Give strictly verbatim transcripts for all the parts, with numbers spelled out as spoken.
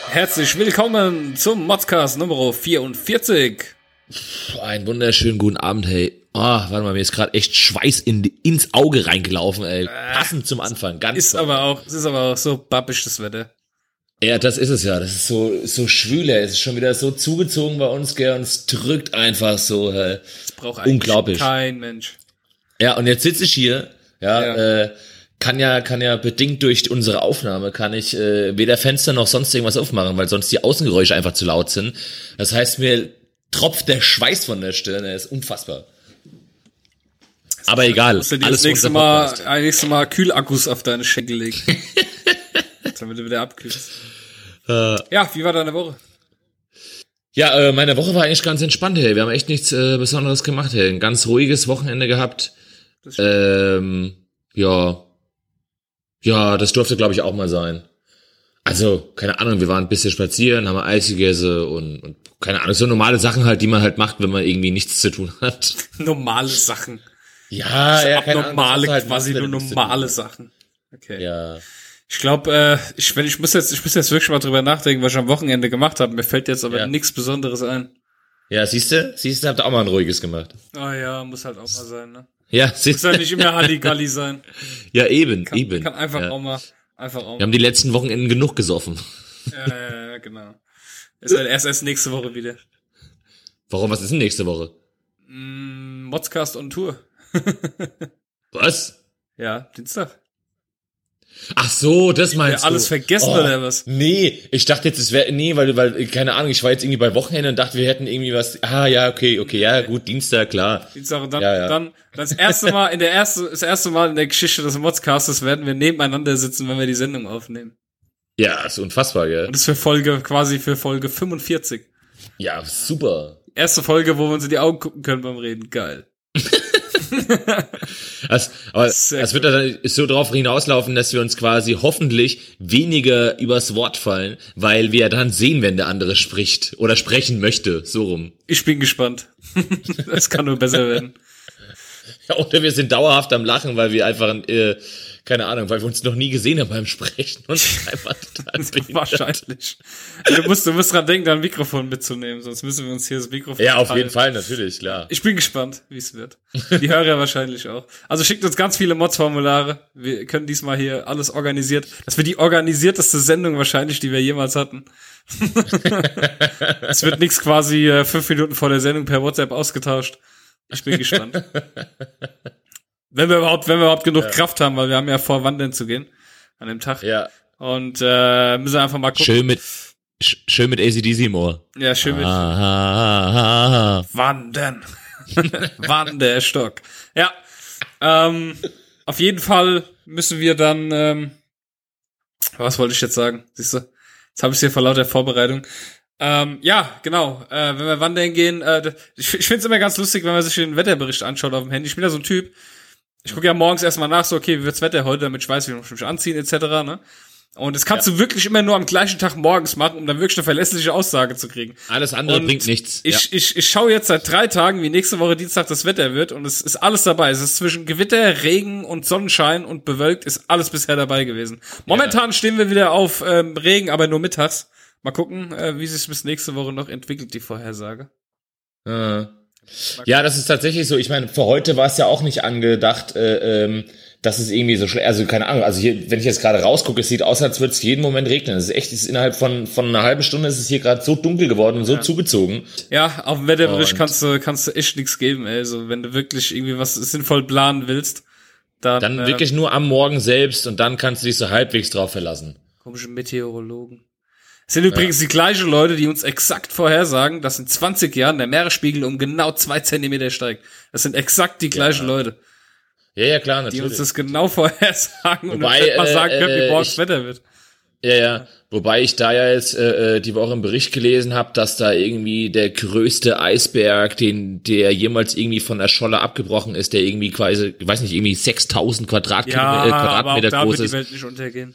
Herzlich willkommen zum Modcast Nummer vierundvierzig. Einen wunderschönen guten Abend, hey. Oh, warte mal, mir ist gerade echt Schweiß in, ins Auge reingelaufen, ey. Passend zum Anfang, ganz Ist toll. aber auch, es ist aber auch so babbisch, das Wetter. Ja, das ist es ja. Das ist so, so schwüler. Es ist schon wieder so zugezogen bei uns, gell, und es drückt einfach so, hey. Das braucht eigentlich Unglaublich. kein Mensch. Ja, und jetzt sitze ich hier, ja, Ja. äh, kann ja, kann ja bedingt durch unsere Aufnahme, kann ich äh, weder Fenster noch sonst irgendwas aufmachen, weil sonst die Außengeräusche einfach zu laut sind. Das heißt, mir tropft der Schweiß von der Stirn, er ist unfassbar. Aber egal, Musst du dir alles das nächste für unser Mal, Podcast. ein nächstes Mal Kühlakkus auf deine Schenkel legen. Damit du wieder abkühlst. Ja, wie war deine Woche? Ja, äh, meine Woche war eigentlich ganz entspannt, hey. Wir haben echt nichts äh, Besonderes gemacht, hey. Ein ganz ruhiges Wochenende gehabt. Das Ähm, ja. Ja, das durfte, glaube ich, auch mal sein. Also, keine Ahnung, wir waren ein bisschen spazieren, haben Eis gegessen und, und keine Ahnung, so normale Sachen halt, die man halt macht, wenn man irgendwie nichts zu tun hat. Normale Sachen. Ja, ja, keine Ahnung, Abnormale, was du halt quasi machst, nur wenn du nichts zu tun normale hast. Sachen. Okay. Ja. Ich glaube, äh, ich, wenn ich muss jetzt, ich muss jetzt wirklich mal drüber nachdenken, was ich am Wochenende gemacht habe. Mir fällt jetzt aber Ja. nichts Besonderes ein. Ja, siehste, siehste, habt ihr auch mal ein ruhiges gemacht. Ah ja, muss halt auch mal sein, ne? Ja, Muss siehste. halt nicht immer Halligalli sein. Ja, eben, Kann, eben. kann einfach ja. auch mal, einfach auch Wir mal. haben die letzten Wochenenden genug gesoffen. Ja, ja, ja, genau. Ist halt erst erst nächste Woche wieder. Warum, was ist denn nächste Woche? Mm, Modscast on Tour. Was? Ja, Dienstag. Ach so, das meinst Ja, alles du? vergessen oder was? Nee, ich dachte jetzt, es wäre, nee, weil, weil, keine Ahnung, ich war jetzt irgendwie bei Wochenende und dachte, wir hätten irgendwie was, ah, ja, okay, okay, ja, gut, Dienstag, klar. Dienstag und dann, Ja, ja. dann das erste Mal in der erste, das erste Mal in der Geschichte des Modscastes werden wir nebeneinander sitzen, wenn wir die Sendung aufnehmen. Ja, ist unfassbar, gell? Und das für Folge, quasi für Folge fünfundvierzig. Ja, super. Erste Folge, wo wir uns in die Augen gucken können beim Reden. Geil. Das, aber Sehr es wird dann so drauf hinauslaufen, dass wir uns quasi hoffentlich weniger übers Wort fallen, weil wir dann sehen, wenn der andere spricht oder sprechen möchte, so rum. Ich bin gespannt. Das kann nur besser werden. Ja, oder wir sind dauerhaft am Lachen, weil wir einfach, äh, keine Ahnung, weil wir uns noch nie gesehen haben beim Sprechen und einfach total behindert. Wahrscheinlich. Du musst, du musst dran denken, dein Mikrofon mitzunehmen, sonst müssen wir uns hier das Mikrofon Ja, auf teilen. jeden Fall, natürlich, klar. Ich bin gespannt, wie es wird. Die Hörer wahrscheinlich auch. Also schickt uns ganz viele Mods-Formulare. Wir können diesmal hier alles organisiert. Das wird die organisierteste Sendung wahrscheinlich, die wir jemals hatten. Es wird nichts quasi äh, fünf Minuten vor der Sendung per WhatsApp ausgetauscht. Ich bin gespannt. Wenn wir überhaupt, wenn wir überhaupt genug Ja. Kraft haben, weil wir haben ja vor, wandern zu gehen an dem Tag. Ja, Und äh, müssen einfach mal gucken. schön mit, sch- schön mit A C D C im Ohr. Ja, schön mit Ah, ah, ah, ah. Wandern. Wanderstock. Ja. Ähm, auf jeden Fall müssen wir dann, ähm, was wollte ich jetzt sagen? Siehst du? Jetzt habe ich es hier vor lauter Vorbereitung. Ähm, ja, genau. Äh, wenn wir wandern gehen, äh, ich, ich finde es immer ganz lustig, wenn man sich den Wetterbericht anschaut auf dem Handy. Ich bin ja so ein Typ. Ich gucke ja morgens erstmal nach, so, okay, wie wird's Wetter heute, damit ich weiß, wie ich mich anziehen, et cetera, ne? Und das kannst Ja. du wirklich immer nur am gleichen Tag morgens machen, um dann wirklich eine verlässliche Aussage zu kriegen. Alles andere Und bringt nichts. Ich, ich, ich schaue jetzt seit drei Tagen, wie nächste Woche Dienstag das Wetter wird, und es ist alles dabei. Es ist zwischen Gewitter, Regen und Sonnenschein und bewölkt ist alles bisher dabei gewesen. Momentan stehen wir wieder auf ähm, Regen, aber nur mittags. Mal gucken, äh, wie sich bis nächste Woche noch entwickelt, die Vorhersage. Ja. Ja, das ist tatsächlich so. Ich meine, für heute war es ja auch nicht angedacht, äh, ähm, dass es irgendwie so schlecht, also keine Ahnung, also hier, wenn ich jetzt gerade rausgucke, es sieht aus, als würde es jeden Moment regnen. Es ist echt, es ist innerhalb von von einer halben Stunde ist es hier gerade so dunkel geworden und so Ja. zugezogen. Ja, auf dem Wetterbericht Und- kannst du, kannst du echt nichts geben, ey. Also, wenn du wirklich irgendwie was sinnvoll planen willst, dann, Dann äh, wirklich nur am Morgen selbst und dann kannst du dich so halbwegs drauf verlassen. komische Meteorologen. Es sind übrigens die gleichen Leute, die uns exakt vorhersagen, dass in zwanzig Jahren der Meeresspiegel um genau zwei Zentimeter steigt. Das sind exakt die gleichen Leute, Ja, ja, klar, die natürlich. uns das genau vorhersagen und Wobei, uns nicht mal äh, sagen können, wie äh, morgens ich- Wetter wird. Ja, ja. Wobei ich da ja jetzt äh, äh, die Woche im Bericht gelesen habe, dass da irgendwie der größte Eisberg, den der jemals irgendwie von der Scholle abgebrochen ist, der irgendwie quasi, ich weiß nicht, irgendwie sechstausend Quadratkilometer, äh, Ja, aber auch Quadratmeter da groß wird die ist. Welt nicht untergehen.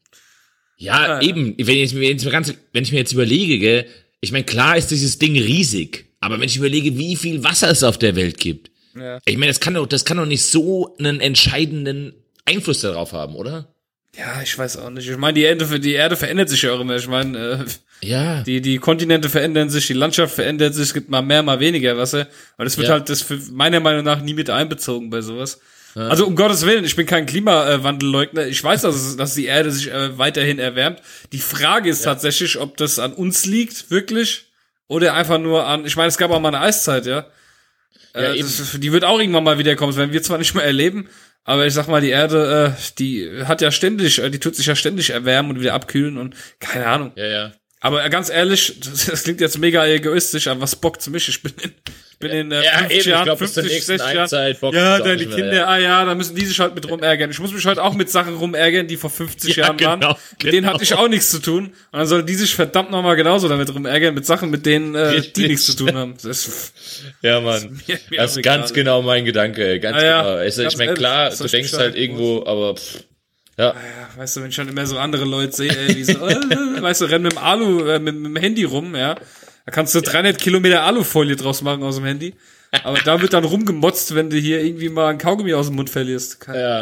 Ja, Ja. eben. Wenn ich, wenn, ich mir ganz, wenn ich mir jetzt überlege, gell, ich meine, klar ist dieses Ding riesig, aber wenn ich überlege, wie viel Wasser es auf der Welt gibt, Ja. ich meine, das kann doch, das kann doch nicht so einen entscheidenden Einfluss darauf haben, oder? Ja, ich weiß auch nicht. Ich meine, die Erde, die Erde verändert sich ja auch immer. Ich meine, äh, ja. die, die Kontinente verändern sich, die Landschaft verändert sich, es gibt mal mehr, mal weniger Wasser. Aber das wird ja. halt das für meiner Meinung nach nie mit einbezogen bei sowas. Ja. Also um Gottes Willen, ich bin kein Klimawandelleugner. Ich weiß, dass, es, dass die Erde sich äh, weiterhin erwärmt. Die Frage ist ja. tatsächlich, ob das an uns liegt, wirklich, oder einfach nur an, ich meine, es gab auch mal eine Eiszeit, ja. ja äh, das, die wird auch irgendwann mal wiederkommen. Das werden wir zwar nicht mehr erleben, aber ich sag mal, die Erde, äh, die hat ja ständig, äh, die tut sich ja ständig erwärmen und wieder abkühlen und keine Ahnung. Ja, ja. Aber äh, ganz ehrlich, das, das klingt jetzt mega egoistisch, aber was bockt's mich? Ich bin in, ich bin in äh, ja, fünfzig eben, Jahren, ich glaub, fünfzig, sechzig Jahren. Ja, deine Kinder, mehr, ja. ah ja, da müssen die sich halt mit rumärgern. Ich muss mich halt auch mit Sachen rumärgern, die vor fünfzig ja, Jahren genau, waren. Mit genau. denen hatte ich auch nichts zu tun. Und dann sollen die sich verdammt nochmal genauso damit rumärgern, mit Sachen, mit denen äh, die nichts zu tun haben. Das, ja, Mann. Das ist, mir, mir das ist ganz genau mein Gedanke. Ganz ah, ja. genau. Also, ich meine, klar, du denkst halt irgendwo, aber pff. Ja. Ah ja, weißt du, wenn ich schon immer so andere Leute sehe, ey, die so, äh, weißt du, rennen mit dem Alu, äh, mit, mit dem Handy rum, ja. Da kannst du dreihundert Kilometer Alufolie draus machen aus dem Handy. Aber da wird dann rumgemotzt, wenn du hier irgendwie mal ein Kaugummi aus dem Mund verlierst. Keine ja.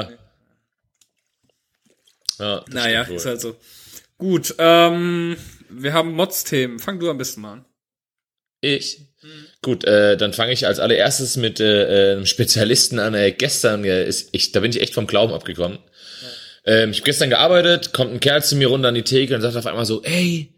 ja naja, ist halt so. Gut, ähm, wir haben Mods-Themen. Fang du am besten mal an. Ich? Hm. Gut, äh, dann fange ich als allererstes mit äh, einem Spezialisten an. Äh, gestern, äh, ist, ich, da bin ich echt vom Glauben abgekommen. Ähm, ich habe gestern gearbeitet, kommt ein Kerl zu mir runter an die Theke und sagt auf einmal so, ey,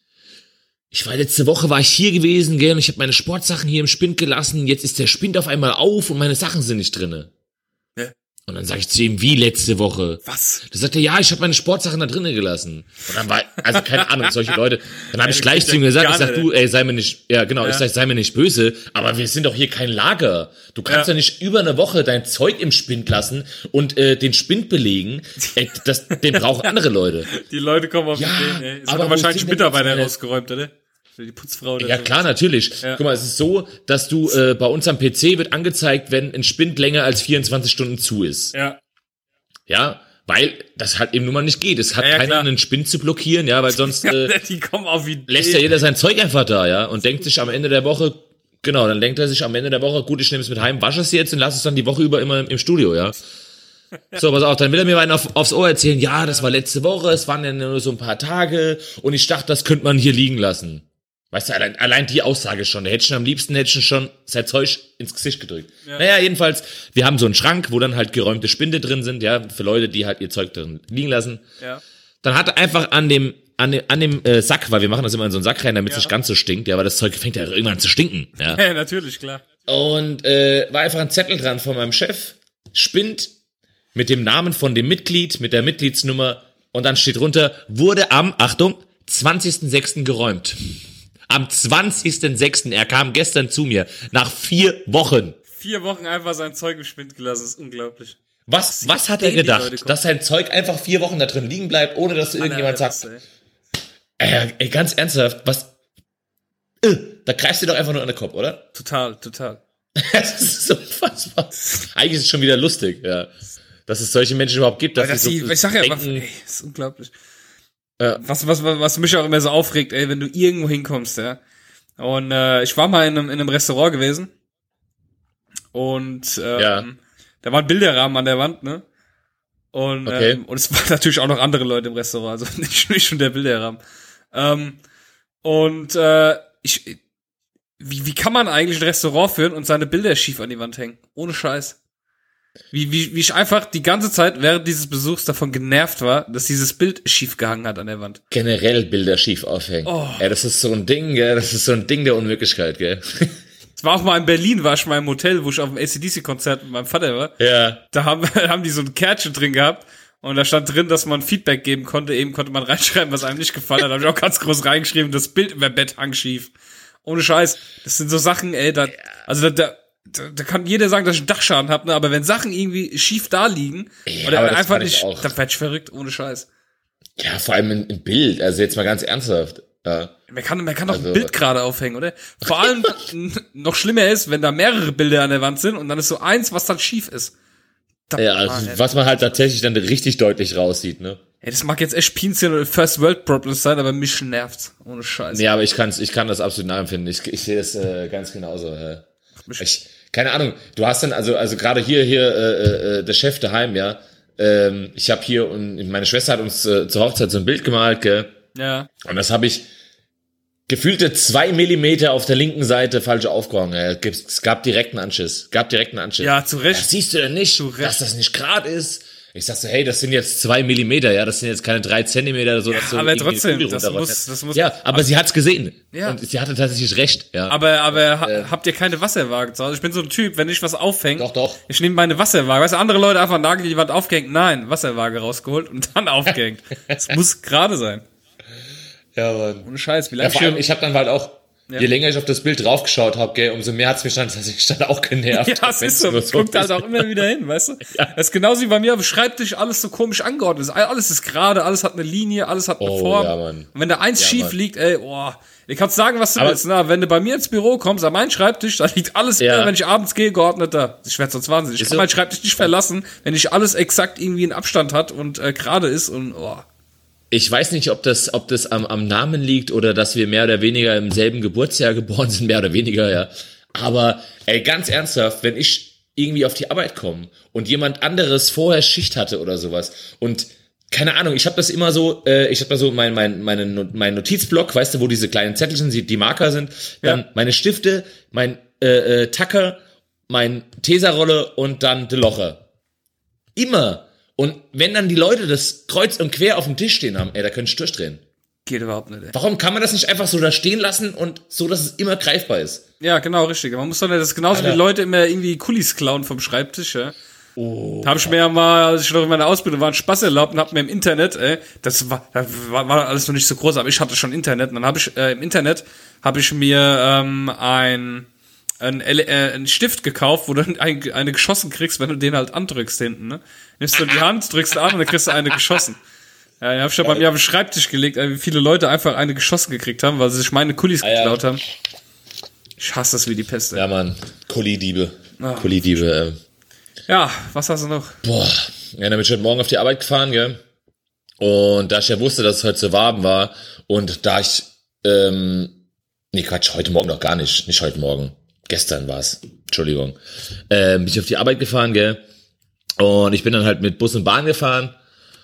ich war letzte Woche, war ich hier gewesen, gell, und ich habe meine Sportsachen hier im Spind gelassen, jetzt ist der Spind auf einmal auf und meine Sachen sind nicht drinne. Ja. Und dann sage ich zu ihm, wie letzte Woche? Was? Da sagt er, ja, ich habe meine Sportsachen da drinnen gelassen. Und dann war, also keine Ahnung, solche Leute, dann habe ich gleich zu ihm gesagt, ich sag, du, ey, sei mir nicht, ja genau, ja. ich sag, sei mir nicht böse, aber wir sind doch hier kein Lager. Du kannst ja, ja nicht über eine Woche dein Zeug im Spind lassen und äh, den Spind belegen. Ey, das, den brauchen andere Leute. Die Leute kommen auf ja, die Ideen, ey. Es aber hat wahrscheinlich Mitarbeiter rausgeräumt, oder? Die Putzfrau oder Ja so. Klar, natürlich. Ja. Guck mal, es ist so, dass du äh, bei uns am P C wird angezeigt, wenn ein Spind länger als vierundzwanzig Stunden zu ist. Ja. Ja, weil das halt eben nun mal nicht geht. Es hat ja, ja, keiner klar. einen Spind zu blockieren, ja, weil sonst äh, die kommen auf Ideen. lässt ja jeder sein Zeug einfach da, ja, und denkt sich am Ende der Woche, genau, dann denkt er sich am Ende der Woche, gut, ich nehme es mit heim, wasche es jetzt und lasse es dann die Woche über immer im, im Studio, ja. So, pass auf, dann will er mir einen auf, aufs Ohr erzählen, ja, das war letzte Woche, es waren ja nur so ein paar Tage und ich dachte, das könnte man hier liegen lassen. Weißt du, allein, allein die Aussage schon, der hätte schon am liebsten, hätte schon sein Zeug ins Gesicht gedrückt. Ja. Naja, jedenfalls, wir haben so einen Schrank, wo dann halt geräumte Spinde drin sind, ja, für Leute, die halt ihr Zeug drin liegen lassen. Ja. Dann hat er einfach an dem, an dem, an dem äh, Sack, weil wir machen das immer in so einen Sack rein, damit es ja. nicht ganz so stinkt, ja, weil das Zeug fängt ja irgendwann an zu stinken, ja. Ja, natürlich, klar. Und, äh, war einfach ein Zettel dran von meinem Chef, Spind, mit dem Namen von dem Mitglied, mit der Mitgliedsnummer, und dann steht drunter, wurde am, Achtung, zwanzigsten sechsten geräumt. Am zwanzigsten sechsten Er kam gestern zu mir. Nach vier Wochen. Vier Wochen einfach sein Zeug im Spind gelassen. Das ist unglaublich. Was, was hat er gedacht? Dass sein Zeug einfach vier Wochen da drin liegen bleibt, ohne dass irgendjemand sagt. Ey. Ey, ganz ernsthaft, was? Äh, da greifst du doch einfach nur an den Kopf, oder? Total, total. Das ist so unfassbar. Eigentlich ist es schon wieder lustig, ja. Dass es solche Menschen überhaupt gibt. Dass dass sie so ich sag ja denken, einfach, ey, das ist unglaublich. Was, was, was, was mich auch immer so aufregt, ey, wenn du irgendwo hinkommst, ja. Und äh, ich war mal in einem, in einem Restaurant gewesen und ähm, ja. da war ein Bilderrahmen an der Wand, ne? Und okay. ähm, und es waren natürlich auch noch andere Leute im Restaurant, also nicht, nicht schon der Bilderrahmen. Ähm, und äh, ich, wie, wie kann man eigentlich ein Restaurant führen und seine Bilder schief an die Wand hängen? Ohne Scheiß. Wie, wie, wie ich einfach die ganze Zeit während dieses Besuchs davon genervt war, dass dieses Bild schief gehangen hat an der Wand. Generell Bilder schief aufhängen. Oh. Ja, das ist so ein Ding, gell? Das ist so ein Ding der Unwirklichkeit, gell? Es war auch mal in Berlin, war ich mal im Hotel, wo ich auf dem A C D C-Konzert mit meinem Vater war. Ja. Da haben, haben die so ein Kärtchen drin gehabt und da stand drin, dass man Feedback geben konnte. Eben konnte man reinschreiben, was einem nicht gefallen hat. Da habe ich auch ganz groß reingeschrieben, das Bild über Bett hang schief. Ohne Scheiß. Das sind so Sachen, ey, da, also da, da Da, da kann jeder sagen, dass ich einen Dachschaden habe, ne? Aber wenn Sachen irgendwie schief da liegen ja, oder einfach nicht, dann werd ich verrückt, ohne Scheiß. Ja, vor allem im, im Bild, also jetzt mal ganz ernsthaft. Ja. Man kann, man kann doch also, ein Bild gerade aufhängen, oder? Vor allem noch schlimmer ist, wenn da mehrere Bilder an der Wand sind und dann ist so eins, was dann schief ist. Da, ja, also, ah, was man halt tatsächlich dann richtig deutlich raussieht, ne? Ey, das mag jetzt echt Pinzchen oder First World Problems sein, aber mich nervt's, ohne Scheiß. Nee, aber ich kann's, ich kann das absolut nachempfinden. Ich, ich sehe das äh, ganz genauso. Ja. Ich, keine Ahnung, du hast dann, also also gerade hier, hier äh, äh, der Chef daheim, ja, ähm, ich habe hier, und meine Schwester hat uns äh, zur Hochzeit so ein Bild gemalt, gell? Ja. Und das habe ich gefühlte zwei Millimeter auf der linken Seite falsch aufgehangen. Äh, es gab direkten Anschiss. Gab direkten Anschiss. Ja, zu Recht. Das siehst du denn nicht, dass das nicht gerade ist? Ich sag so, hey, das sind jetzt zwei Millimeter, ja, das sind jetzt keine drei Zentimeter oder so. Ja, dass so aber trotzdem, das muss, das muss. Ja, aber sie hat's gesehen. Ja. Und sie hatte tatsächlich recht, ja. Aber, aber ha, Äh. habt ihr keine Wasserwaage zu Hause? Ich bin so ein Typ, wenn ich was aufhänge. Doch, doch. Ich nehme meine Wasserwaage. Weißt du, andere Leute einfach Nagel die Wand aufgehängt. Nein, Wasserwaage rausgeholt und dann aufgehängt. Es muss gerade sein. Ja, Mann. Ohne Scheiß, wie Ja, lange vor allem, ich habe dann halt auch, Ja. je länger ich auf das Bild draufgeschaut habe, gell, umso mehr hat's mich dann tatsächlich dann auch genervt. Ja, es ist so. Man guckt halt auch immer wieder hin, weißt du? Ja. Das ist genauso wie bei mir auf dem Schreibtisch alles so komisch angeordnet ist. Alles ist gerade, alles hat eine Linie, alles hat eine Oh, Form. ja, Mann. Und wenn da eins Ja, schief Mann. liegt, ey, boah, du kannst sagen, was du Aber- willst. Na, wenn du bei mir ins Büro kommst, an meinen Schreibtisch, da liegt alles Ja. immer, wenn ich abends gehe, geordnet da. Ich werde sonst wahnsinnig. Ich Ist kann so. meinen Schreibtisch nicht verlassen, wenn nicht alles exakt irgendwie in Abstand hat und äh, gerade ist und, oh. Ich weiß nicht, ob das, ob das am, am Namen liegt oder dass wir mehr oder weniger im selben Geburtsjahr geboren sind, mehr oder weniger, ja. Aber, ey, ganz ernsthaft, wenn ich irgendwie auf die Arbeit komme und jemand anderes vorher Schicht hatte oder sowas und keine Ahnung, ich habe das immer so, äh, ich habe da so mein, mein, meine, mein Notizblock, weißt du, wo diese kleinen Zettelchen sind, die Marker sind, dann Ja. meine Stifte, mein äh, äh, Tacker, mein Teserrolle und dann de Locher. Immer. Und wenn dann die Leute das kreuz und quer auf dem Tisch stehen haben, ey, da können ich durchdrehen. Geht überhaupt nicht, ey. Warum kann man das nicht einfach so da stehen lassen und so, dass es immer greifbar ist? Ja, genau, richtig. Man muss doch nicht, das ist genauso Alter. wie Leute immer irgendwie Kulis klauen vom Schreibtisch, ja. Oh. Da habe ich mir ja mal, als ich noch in meiner Ausbildung war, einen Spaß erlaubt und hab mir im Internet, ey, das war, da war, war alles noch nicht so groß, aber ich hatte schon Internet. Und dann habe ich äh, im Internet habe ich mir ähm, ein ein, äh, einen Stift gekauft, wo du ein, eine geschossen kriegst, wenn du den halt andrückst hinten, ne? Nimmst du in die Hand, drückst an und dann kriegst du eine geschossen. Ja, den hab ich ja bei mir auf den Schreibtisch gelegt, wie viele Leute einfach eine geschossen gekriegt haben, weil sie sich meine Kulis Ah, ja. geklaut haben. Ich hasse das wie die Pest, ey. Ja, Mann. Kuli-Diebe. Ah. Kuli-Diebe, ähm. Ja, was hast du noch? Boah. Ja, dann bin ich heute Morgen auf die Arbeit gefahren, gell? Und da ich ja wusste, dass es heute so warm war und da ich, ähm, nee, Quatsch, heute Morgen noch gar nicht. Nicht heute Morgen. Gestern war's. Entschuldigung. Ähm, bin ich auf die Arbeit gefahren, gell? Und ich bin dann halt mit Bus und Bahn gefahren.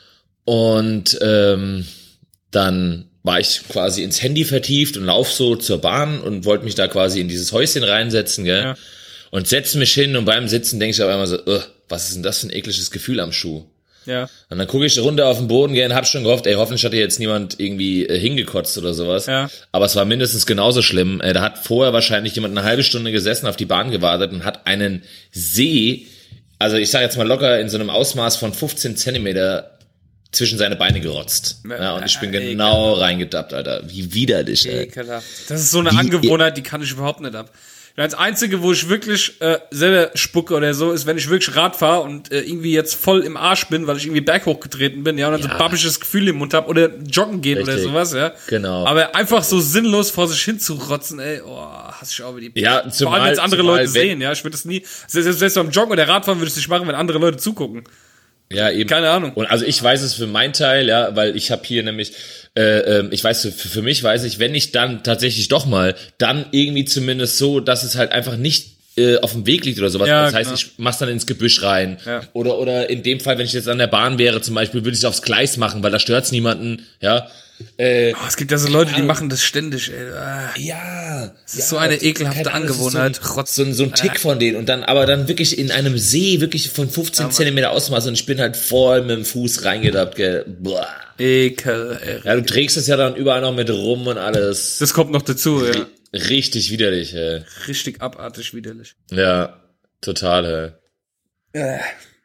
Und ähm, dann war ich quasi ins Handy vertieft und lauf so zur Bahn und wollte mich da quasi in dieses Häuschen reinsetzen, gell? Ja. Und setze mich hin und beim Sitzen denke ich auf einmal so, uh, was ist denn das für ein ekliges Gefühl am Schuh? Ja. Und dann gucke ich runter auf den Boden, gell, und hab schon gehofft, ey, hoffentlich hat hier jetzt niemand irgendwie äh, hingekotzt oder sowas. Ja. Aber es war mindestens genauso schlimm. Äh, da hat vorher wahrscheinlich jemand eine halbe Stunde gesessen, auf die Bahn gewartet und hat einen See, also ich sag jetzt mal locker in so einem Ausmaß von fünfzehn Zentimeter zwischen seine Beine gerotzt. Ja, und ich bin Äh, genau reingedappt, Alter. Wie widerlich, ey. Ekelhaft. Das ist so eine Wie- Angewohnheit, die kann ich überhaupt nicht ab. Das Einzige, wo ich wirklich äh, selber spucke oder so, ist, wenn ich wirklich Rad fahre und äh, irgendwie jetzt voll im Arsch bin, weil ich irgendwie berghoch getreten bin, ja, und dann so Ja. ein babisches Gefühl im Mund hab oder joggen gehen oder Richtig. sowas, ja. Genau. Aber einfach so sinnlos vor sich hin zu rotzen, ey, oh, hasse ich auch wieder die Ja, Vor zumal- allem, wenn es andere zumal Leute wenn- sehen, ja. Ich würde das nie, selbst, selbst beim Joggen oder Radfahren würde ich es nicht machen, wenn andere Leute zugucken. Ja, eben. Keine Ahnung. Und also ich weiß es für meinen Teil, ja, weil ich habe hier nämlich, äh, ähm, ich weiß, für, für mich weiß ich, wenn ich dann tatsächlich doch mal, dann irgendwie zumindest so, dass es halt einfach nicht äh, auf dem Weg liegt oder sowas. Ja, das heißt, genau. ich mach's dann ins Gebüsch rein. Ja. Oder oder in dem Fall, wenn ich jetzt an der Bahn wäre zum Beispiel, würde ich es aufs Gleis machen, weil da stört's niemanden, ja. Äh, Oh, es gibt ja so Leute, die machen das ständig, ey. Ah. ja, Das ist so eine ekelhafte Angewohnheit. So ein, so, ein, so ein Tick von denen und dann, aber dann wirklich in einem See, wirklich von fünfzehn Zentimeter Ausmaß und ich bin halt voll mit dem Fuß reingedappt, gell. Boah. Ekel, ey. Ja, du trägst es ja dann überall noch mit rum und alles. Das kommt noch dazu, ja. Richtig widerlich, ey. Richtig abartig widerlich. Ja, total, ey.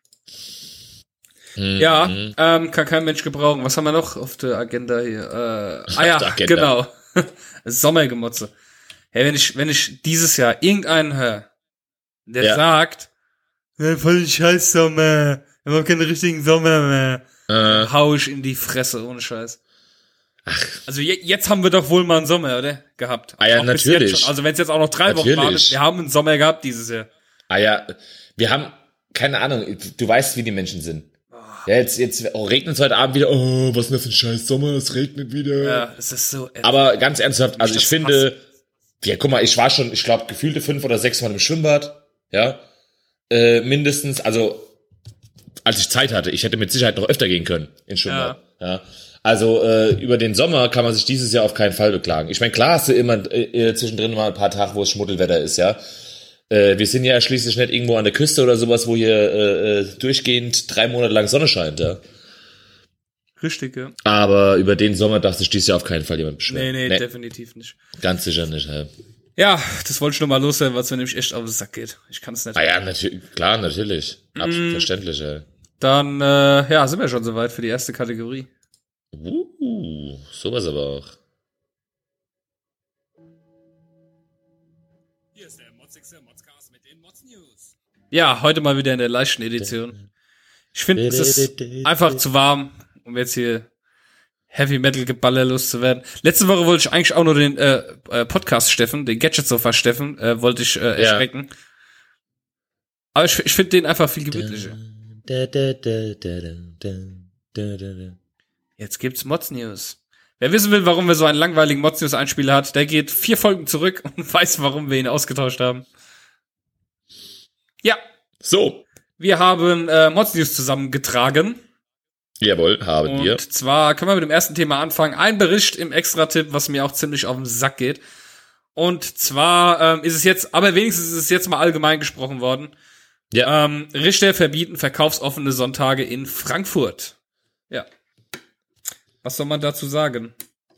Mhm. Ja, ähm, kann kein Mensch gebrauchen. Was haben wir noch auf der Agenda hier? Äh, ah ja, der Agenda. genau. Sommergemotze. Hey, wenn ich, wenn ich dieses Jahr irgendeinen höre, der Ja. sagt, ja, voll scheiß Sommer, wir haben keinen richtigen Sommer mehr, Äh, hau ich in die Fresse, ohne Scheiß. Ach. Also je, jetzt haben wir doch wohl mal einen Sommer, oder? Gehabt. Ah ja, Auch bis natürlich. jetzt schon. Also wenn es jetzt auch noch drei Wochen waren, Natürlich. wir haben einen Sommer gehabt dieses Jahr. ah ja, wir haben, keine Ahnung, du weißt, wie die Menschen sind. Ja, jetzt, jetzt oh, regnet es heute Abend wieder, oh, was ist denn das für ein scheiß Sommer, es regnet wieder. Ja, es ist so. Aber ganz ernsthaft, also ich das finde, ja, guck mal, ich war schon, ich glaube, gefühlte fünf oder sechs Mal im Schwimmbad, ja, äh, mindestens, also als ich Zeit hatte. Ich hätte mit Sicherheit noch öfter gehen können in Schwimmbad. Ja. ja. Also äh, über den Sommer kann man sich dieses Jahr auf keinen Fall beklagen. Ich meine, klar hast du immer äh, zwischendrin mal ein paar Tage, wo es Schmuddelwetter ist, ja. Äh, wir sind ja schließlich nicht irgendwo an der Küste oder sowas, wo hier äh, durchgehend drei Monate lang Sonne scheint, ja. Richtig, ja. Aber über den Sommer darf sich dieses Jahr auf keinen Fall jemand beschweren. Nee, nee, nee. definitiv nicht. Ganz sicher nicht, ja. Ja, das wollte ich noch mal loswerden, was mir nämlich echt auf den Sack geht. Ich kann es nicht. Ah ja, natürlich, klar, natürlich. Absolut mm. verständlich, ja. Dann, äh, ja, sind wir schon soweit für die erste Kategorie. Uh, sowas aber auch. Hier ist der motzigste Modscast mit den Mods News. Ja, heute mal wieder in der leichten Edition. Ich finde, es ist einfach zu warm, um jetzt hier Heavy Metal Geballer loszuwerden. Letzte Woche wollte ich eigentlich auch nur den äh, äh, Podcast Steffen, den Gadget Sofa Steffen, äh, wollte ich äh, erschrecken. Ja. Aber ich, ich finde den einfach viel gemütlicher. Da, da, da, da, da, da, da, da. Jetzt gibt's Mods News. Wer wissen will, warum wir so einen langweiligen Mods News Einspieler hat, der geht vier Folgen zurück und weiß, warum wir ihn ausgetauscht haben. Ja. So. Wir haben äh, Mods News zusammengetragen. Jawohl, haben und wir. Und zwar können wir mit dem ersten Thema anfangen. Ein Bericht im Extra-Tipp, was mir auch ziemlich auf den Sack geht. Und zwar ähm, ist es jetzt, aber wenigstens ist es jetzt mal allgemein gesprochen worden. Ja. Ähm, Richter verbieten verkaufsoffene Sonntage in Frankfurt. Ja. Was soll man dazu sagen?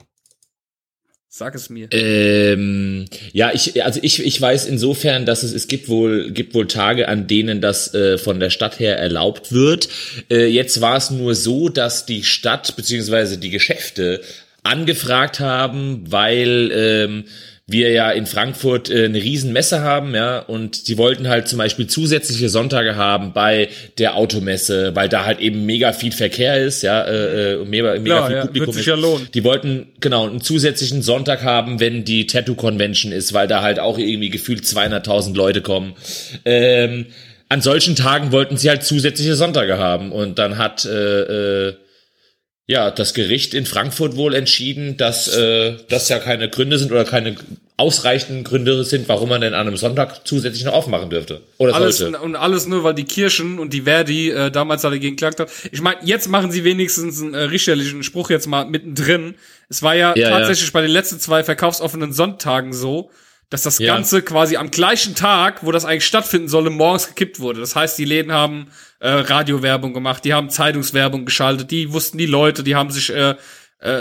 Sag es mir. Ähm, ja, ich, also ich, ich weiß insofern, dass es, es gibt wohl, gibt wohl Tage, an denen das äh, von der Stadt her erlaubt wird. Äh, jetzt war es nur so, dass die Stadt beziehungsweise die Geschäfte angefragt haben, weil ähm, wir ja in Frankfurt äh, eine Riesenmesse haben, ja, und die wollten halt zum Beispiel zusätzliche Sonntage haben bei der Automesse, weil da halt eben mega viel Verkehr ist, ja, äh, mega, mega Klar, viel ja, Publikum wird sich ist. Ja lohnen. Die wollten, genau, einen zusätzlichen Sonntag haben, wenn die Tattoo-Convention ist, weil da halt auch irgendwie gefühlt zweihunderttausend Leute kommen. Ähm, an solchen Tagen wollten sie halt zusätzliche Sonntage haben und dann hat, äh, äh, ja, das Gericht in Frankfurt wohl entschieden, dass äh, das ja keine Gründe sind oder keine ausreichenden Gründe sind, warum man denn an einem Sonntag zusätzlich noch aufmachen dürfte. Oder alles, sollte. Und alles nur, weil die Kirchen und die Verdi äh, damals dagegen geklagt hat. Ich meine, jetzt machen sie wenigstens einen äh, richterlichen Spruch jetzt mal mittendrin. Es war ja, ja tatsächlich ja. bei den letzten zwei verkaufsoffenen Sonntagen so, dass das ja. Ganze quasi am gleichen Tag, wo das eigentlich stattfinden solle, morgens gekippt wurde. Das heißt, die Läden haben äh, Radiowerbung gemacht, die haben Zeitungswerbung geschaltet, die wussten die Leute, die haben sich äh, äh,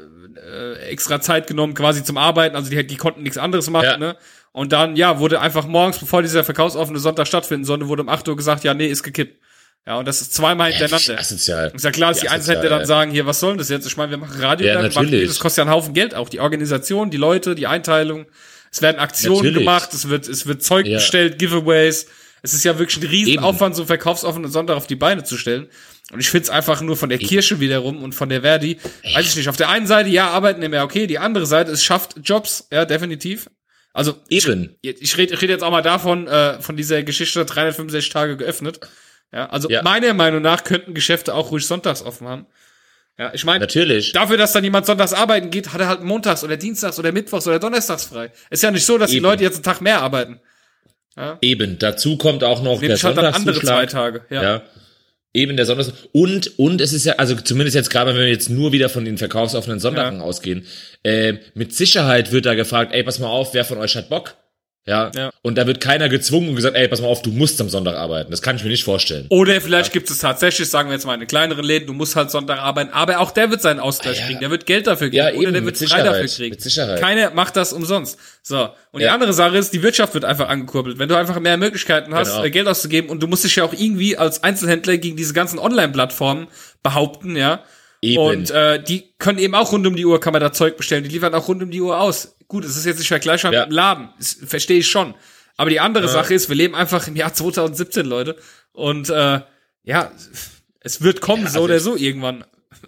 äh, extra Zeit genommen quasi zum Arbeiten, also die, die konnten nichts anderes machen, ja. ne? Und dann, ja, wurde einfach morgens, bevor dieser verkaufsoffene Sonntag stattfinden sollte, wurde um acht Uhr gesagt, ja, nee, ist gekippt. Ja, und das ist zweimal hintereinander. Asozial. Ist ja klar, dass die Einzelhändler dann sagen, hier, was soll denn das jetzt? Ich meine, wir machen Radio, ja, natürlich. das kostet ja einen Haufen Geld auch. Die Organisation, die Leute, die Einteilung. Es werden Aktionen natürlich. gemacht, es wird, es wird Zeug ja. bestellt, Giveaways. Es ist ja wirklich ein Riesenaufwand, so verkaufsoffenen Sonntag auf die Beine zu stellen. Und ich find's einfach nur von der Eben. Kirche wiederum und von der Verdi, Echt? weiß ich nicht. Auf der einen Seite, ja, arbeiten nicht mehr, okay. Die andere Seite, es schafft Jobs, ja, definitiv. Also, Eben. ich, ich rede ich red jetzt auch mal davon, äh, von dieser Geschichte, dreihundertfünfundsechzig Tage geöffnet. Ja, also, ja. meiner Meinung nach könnten Geschäfte auch ruhig sonntags offen haben. Ja, ich meine, natürlich. Dafür, dass dann jemand sonntags arbeiten geht, hat er halt montags oder dienstags oder mittwochs oder donnerstags frei. Ist ja nicht so, dass Eben. die Leute jetzt einen Tag mehr arbeiten. Ja? Eben, dazu kommt auch noch der Sonntagszuschlag. Halt andere zwei Tage, ja. ja. Eben der Sonntags und und es ist ja, also zumindest jetzt gerade, wenn wir jetzt nur wieder von den verkaufsoffenen Sonntagen ja. ausgehen, äh, mit Sicherheit wird da gefragt, ey, pass mal auf, wer von euch hat Bock? Ja? ja. Und da wird keiner gezwungen und gesagt, ey, pass mal auf, du musst am Sonntag arbeiten. Das kann ich mir nicht vorstellen. Oder vielleicht ja. gibt es tatsächlich, sagen wir jetzt mal in kleineren Läden, du musst halt Sonntag arbeiten, aber auch der wird seinen Ausgleich ah, ja. kriegen, der wird Geld dafür kriegen ja, oder eben, der wird frei dafür kriegen. Mit Sicherheit. Keiner macht das umsonst. So. Und ja. die andere Sache ist, die Wirtschaft wird einfach angekurbelt. Wenn du einfach mehr Möglichkeiten hast, genau. Geld auszugeben und du musst dich ja auch irgendwie als Einzelhändler gegen diese ganzen Online-Plattformen behaupten, ja. Eben. Und äh, die können eben auch rund um die Uhr, kann man da Zeug bestellen, die liefern auch rund um die Uhr aus. Gut, es ist jetzt nicht vergleichbar ja. mit dem Laden, das verstehe ich schon. Aber die andere ja. Sache ist, wir leben einfach im Jahr zwanzig siebzehn, Leute. Und äh, ja, es wird kommen, ja, also so oder so irgendwann.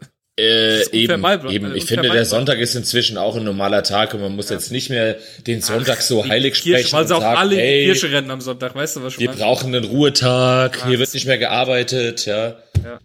Äh, eben, eben. Ich finde, der Sonntag ist inzwischen auch ein normaler Tag und man muss ja. jetzt nicht mehr den Sonntag Ach, so heilig Kirche, sprechen. Weil sie auch sagen, alle hey, in die Kirche rennen am Sonntag, weißt du, was ich Wir meine? brauchen einen Ruhetag, Ach, hier wird nicht mehr gearbeitet, ja. Ja.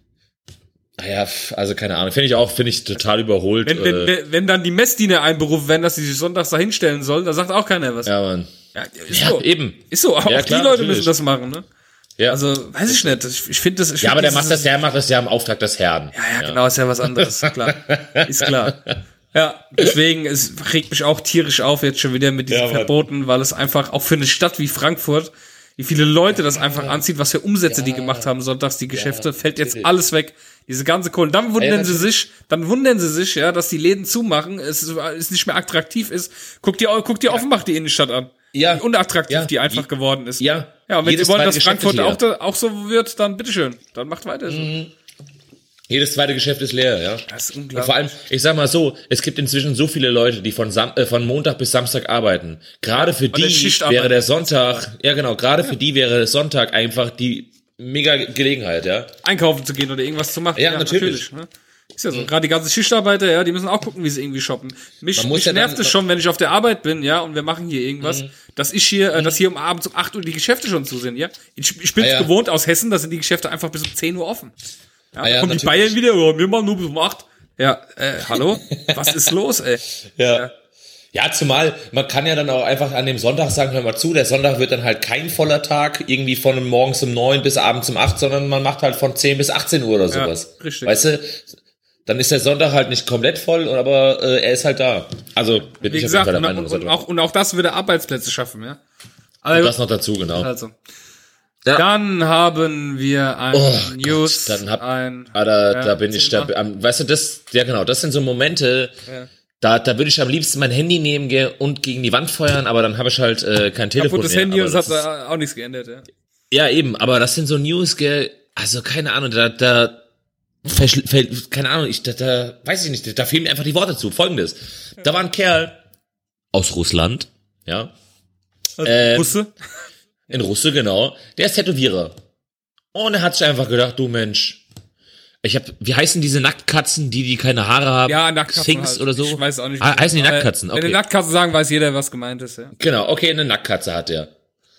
Naja, also keine Ahnung, finde ich auch, finde ich total überholt. Wenn, wenn, wenn, wenn dann die Messdiener einberufen werden, dass sie sich sonntags da hinstellen sollen, da sagt auch keiner was. Ja, Mann. Ja, ist ja, so. eben. Ist so, auch ja, die klar, Leute natürlich. müssen das machen, ne? Ja. Also, weiß ich nicht. Ich, ich finde das. Ich ja, find aber der das, macht das, der macht das ja im Auftrag des Herrn. Ja, ja, ja, genau, ist ja was anderes, klar. Ist klar. Ja, deswegen, es regt mich auch tierisch auf jetzt schon wieder mit diesen Ja, Verboten, weil es einfach auch für eine Stadt wie Frankfurt, wie viele Leute das einfach anzieht, was für Umsätze ja. die gemacht haben, sonntags die Geschäfte, ja, fällt jetzt alles weg. Diese ganze Kohle. Dann wundern ja, sie sich, dann wundern sie sich, ja, dass die Läden zumachen, es ist, es nicht mehr attraktiv ist. Guck dir, guck dir ja. Offenbach die Innenstadt an. Ja. Wie unattraktiv ja. die einfach geworden ist. Ja. Ja, und wenn Jedes sie wollen, dass Frankfurt auch, da, auch so wird, dann bitteschön. Dann macht weiter so. Mhm. Jedes zweite Geschäft ist leer, ja. Das ist unglaublich. Und vor allem, ich sag mal so, es gibt inzwischen so viele Leute, die von Sam- äh, von Montag bis Samstag arbeiten. Gerade für die wäre der Sonntag, ja genau, gerade ja. für die wäre Sonntag einfach die mega Gelegenheit, ja. Einkaufen zu gehen oder irgendwas zu machen. Ja, ja natürlich. natürlich ne? Ist ja so. Mhm. Gerade die ganzen Schichtarbeiter, ja, die müssen auch gucken, wie sie irgendwie shoppen. Mich, mich ja nervt es schon, wenn ich auf der Arbeit bin, ja, und wir machen hier irgendwas, mhm. dass ich hier, äh, dass hier um abends um acht Uhr die Geschäfte schon zu sind, ja. Ich, ich bin ah, ja. gewohnt aus Hessen, da sind die Geschäfte einfach bis um zehn Uhr offen. Ja, ah, ja, kommen die Bayern wieder, oh, wir machen nur bis um acht. Ja, äh, hallo? Was ist los, ey? Ja. ja. Ja, zumal, man kann ja dann auch einfach an dem Sonntag sagen, hör mal zu, der Sonntag wird dann halt kein voller Tag, irgendwie von morgens um neun bis abends um acht, sondern man macht halt von zehn bis achtzehn Uhr oder sowas. Ja, richtig. Weißt du, dann ist der Sonntag halt nicht komplett voll, aber äh, er ist halt da. Also, bin Wie ich gesagt, auf jeden Fall der Meinung. Und, und, auch, und auch das würde Arbeitsplätze schaffen, ja. Also, und das noch dazu, genau. Also. Ja. Dann haben wir ein oh News, Gott, dann hab, ein, ah, da, ja, da bin ich, da, weißt du, das, ja genau, das sind so Momente, ja. da, da würde ich am liebsten mein Handy nehmen gehen und gegen die Wand feuern, aber dann habe ich halt äh, kein Telefon Kaputtes mehr. Handy und das das hat auch nichts geändert, ja. Ja, eben, aber das sind so News, gell, also keine Ahnung, da, da, keine Ahnung, ich, da, da, weiß ich nicht, da fehlen mir einfach die Worte zu. Folgendes, ja. da war ein Kerl aus Russland, ja. Also, äh, Russe? In Russe, genau. Der ist Tätowierer. Und er hat sich einfach gedacht, du Mensch, ich hab, wie heißen diese Nacktkatzen, die, die keine Haare haben? Ja, Nacktkatzen Sphinx halt. oder so? Ich weiß auch nicht. Ah, heißen die Nacktkatzen? Okay. Wenn die Nacktkatzen sagen, weiß jeder, was gemeint ist, ja. Genau, okay, eine Nacktkatze hat er.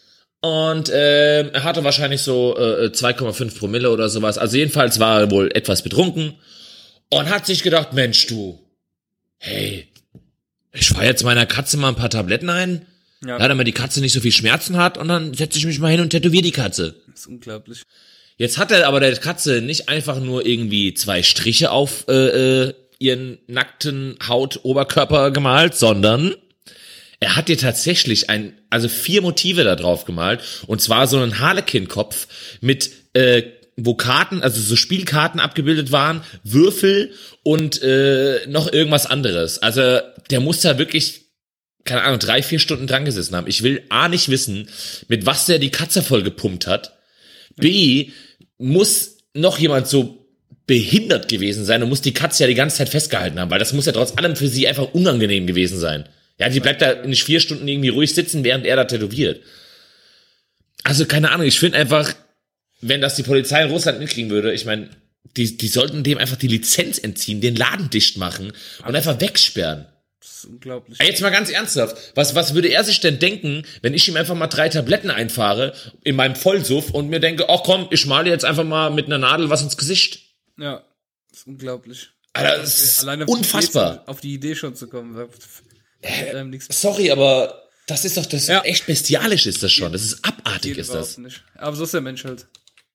Und ähm, er hatte wahrscheinlich so äh, zwei Komma fünf Promille oder sowas. Also jedenfalls war er wohl etwas betrunken und hat sich gedacht, Mensch, du, hey, ich fahr jetzt meiner Katze mal ein paar Tabletten ein. Ja. Ja, damit die Katze nicht so viel Schmerzen hat und dann setze ich mich mal hin und tätowiere die Katze. Das ist unglaublich. Jetzt hat er aber der Katze nicht einfach nur irgendwie zwei Striche auf äh, äh, ihren nackten Haut-Oberkörper gemalt, sondern er hat dir tatsächlich ein, also vier Motive da drauf gemalt und zwar so einen Harlequin-Kopf mit äh, wo Karten, also so Spielkarten abgebildet waren, Würfel und äh, noch irgendwas anderes. Also der muss da wirklich keine Ahnung, drei, vier Stunden dran gesessen haben. Ich will A, nicht wissen, mit was der die Katze voll gepumpt hat. B, muss noch jemand so behindert gewesen sein und muss die Katze ja die ganze Zeit festgehalten haben, weil das muss ja trotz allem für sie einfach unangenehm gewesen sein. Ja, die bleibt da nicht vier Stunden irgendwie ruhig sitzen, während er da tätowiert. Also, keine Ahnung, ich finde einfach, wenn das die Polizei in Russland mitkriegen würde, ich meine, die, die sollten dem einfach die Lizenz entziehen, den Laden dicht machen und einfach wegsperren. Das ist unglaublich. Jetzt mal ganz ernsthaft, was, was würde er sich denn denken, wenn ich ihm einfach mal drei Tabletten einfahre in meinem Vollsuff und mir denke, ach komm, ich male jetzt einfach mal mit einer Nadel was ins Gesicht. Ja, das ist unglaublich. Alter, das ist alleine unfassbar. Auf die Idee schon zu kommen. Äh, sorry, aber das ist doch, das ja. ist echt bestialisch ist das schon, das ist abartig ist das. Nicht. Aber so ist der Mensch halt.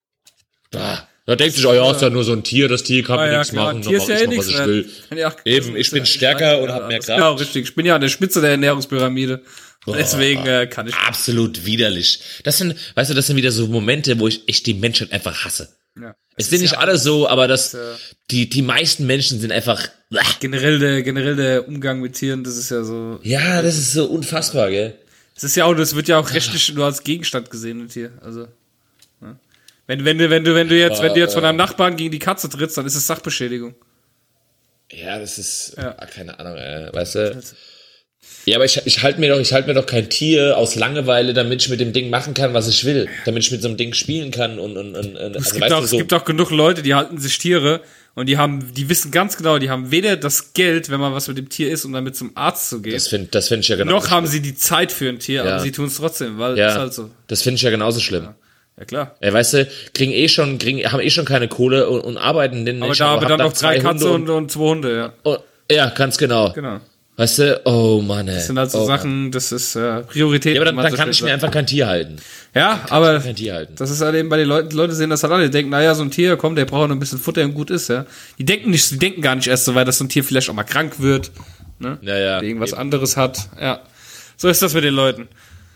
Da, da denkt sich, oh ja, ist ja nur so ein Tier, das Tier kann ah, mir ja, nichts klar. machen, Tier ist ja eh nichts, was ich will. Ja, eben, ich bin stärker und habe mehr Kraft. Genau, richtig. Ich bin ja an der Spitze der Ernährungspyramide. Boah, deswegen äh, kann ich. Absolut widerlich. Das sind, weißt du, das sind wieder so Momente, wo ich echt die Menschheit einfach hasse. Ja. Es sind nicht ja alle so, aber das, das ja die, die meisten Menschen sind einfach. Generell der, generell der Umgang mit Tieren, das ist ja so. Ja, das ist so unfassbar, gell? Das ist ja auch, das wird ja auch rechtlich nur als Gegenstand gesehen, ein Tier. Also. Ja. Wenn, wenn du, wenn du, wenn du jetzt, aber, wenn du jetzt von deinem Nachbarn gegen die Katze trittst, dann ist es Sachbeschädigung. Ja, das ist, ja. keine Ahnung, äh, weißt du. Ja, aber ich, ich halte mir doch, ich halte mir doch kein Tier aus Langeweile, damit ich mit dem Ding machen kann, was ich will. Damit ich mit so einem Ding spielen kann und, und, und, also, es gibt weißt auch, du, so. Es gibt auch genug Leute, die halten sich Tiere und die haben, die wissen ganz genau, die haben weder das Geld, wenn man was mit dem Tier ist, um damit zum Arzt zu gehen. Das finde, das finde ich ja genau. Noch haben sie die Zeit für ein Tier, ja. aber sie tun es trotzdem, weil ja. es halt so. Das finde ich ja genauso schlimm. Ja. Ja, klar. Ja, weißt du, kriegen eh schon, kriegen, haben eh schon keine Kohle und, und arbeiten denn aber nicht. Da, aber, aber dann noch drei Katzen und, und zwei Hunde, ja. Und, ja, ganz genau. Genau. Weißt du, oh Mann, ey. Das sind halt so oh, Sachen, Mann. das ist äh, Priorität. Ja, aber dann, dann kann ich mir einfach kein Tier halten. Ja, aber kein Tier halten. Das ist halt eben bei den Leuten, die Leute sehen das halt alle, die denken, naja, so ein Tier, komm, der braucht noch ein bisschen Futter und gut ist, ja. Die denken nicht, die denken gar nicht erst so weit, dass so ein Tier vielleicht auch mal krank wird, ne? Ja, ja. Oder irgendwas eben. anderes hat, ja. So ist das mit den Leuten.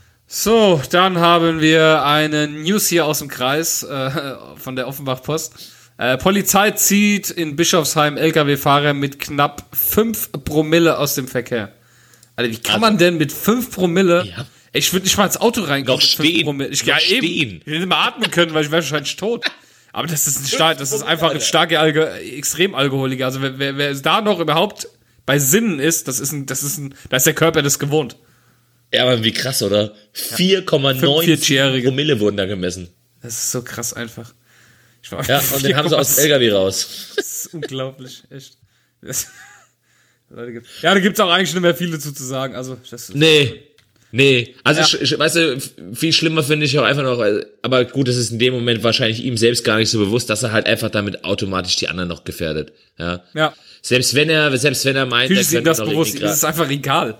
So, dann haben wir eine News hier aus dem Kreis, äh, von der Offenbach-Post. Äh, Polizei zieht in Bischofsheim L K W-Fahrer mit knapp fünf Promille aus dem Verkehr. Alter, wie kann Also, man denn mit fünf Promille... Ja. Ich würde nicht mal ins Auto reinkommen. Noch stehen. Ich, Noch ja, stehen. eben. Ich will nicht mehr atmen können, weil ich wäre wahrscheinlich tot. Aber das ist ein stark, das ist einfach ein starker Alge Extremalkoholiker. Also wer, wer, wer da noch überhaupt bei Sinnen ist, das ist ein, das ist ein, da ist der Körper das gewohnt. Ja, aber wie krass, oder? vier Komma neun Promille wurden da gemessen. Das ist so krass einfach. Ich war Ja, und den haben sie aus dem L K W raus. Das ist unglaublich, echt. Das, ja, da gibt's auch eigentlich nicht mehr viel dazu zu sagen. Also, das ist Nee. Nee, also Ja. ich, ich, weißt du, viel schlimmer finde ich auch einfach noch, aber gut, das ist in dem Moment wahrscheinlich ihm selbst gar nicht so bewusst, dass er halt einfach damit automatisch die anderen noch gefährdet. Ja. Ja. Selbst wenn er, selbst wenn er meint, Natürlich ist ihm das noch bewusst, irgendwie ihm ist es einfach egal.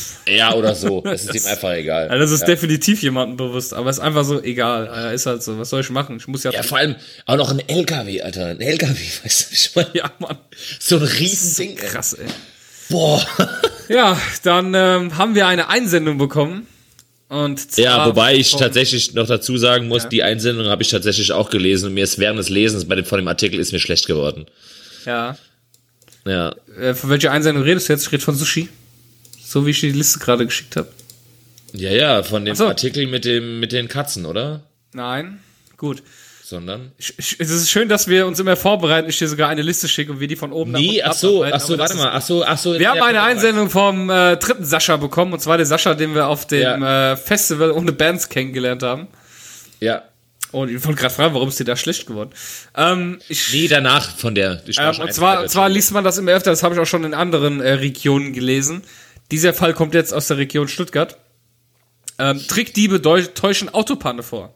ja oder so, das ist Das- ihm einfach egal. Also das ist ja. definitiv jemandem bewusst, aber es ist einfach so egal. Ja, ist halt so, was soll ich machen? Ich muss ja... Ja, vor allem auch noch ein L K W, Alter, ein L K W, weißt du, ich meine, ja, Mann. so ein Riesending. So krass, ey. Boah. Ja, dann ähm, haben wir eine Einsendung bekommen. Und zwar Ja, wobei ich vom- tatsächlich noch dazu sagen muss, Ja. die Einsendung habe ich tatsächlich auch gelesen und mir ist während des Lesens bei dem, von dem Artikel ist mir schlecht geworden. Ja. Ja. Äh, von welcher Einsendung redest du jetzt? Ich rede von Sushi. So wie ich die Liste gerade geschickt habe. Ja, ja, von dem Ach so. Artikel mit dem, mit den Katzen, oder? Nein. Gut. Sondern? Ich, ich, es ist schön, dass wir uns immer vorbereiten. Ich dir sogar eine Liste schicke und wir die von oben nach Nee, unten ach so, abarbeiten, ach so, aber das warte ist- mal, ach so, ach so. Wir haben ja, eine ja, Einsendung vom äh, dritten Sascha bekommen, und zwar der Sascha, den wir auf dem äh, Festival ohne Bands kennengelernt haben. Ja. Und ich wollte gerade fragen, warum ist dir da schlecht geworden? Ähm, ich, Nee, danach von der. Ich war ähm, schon und ein, zwar, zwei, zwar drei. liest man das immer öfter, das habe ich auch schon in anderen äh, Regionen gelesen. Dieser Fall kommt jetzt aus der Region Stuttgart. Ähm, Trickdiebe deu- täuschen Autopanne vor.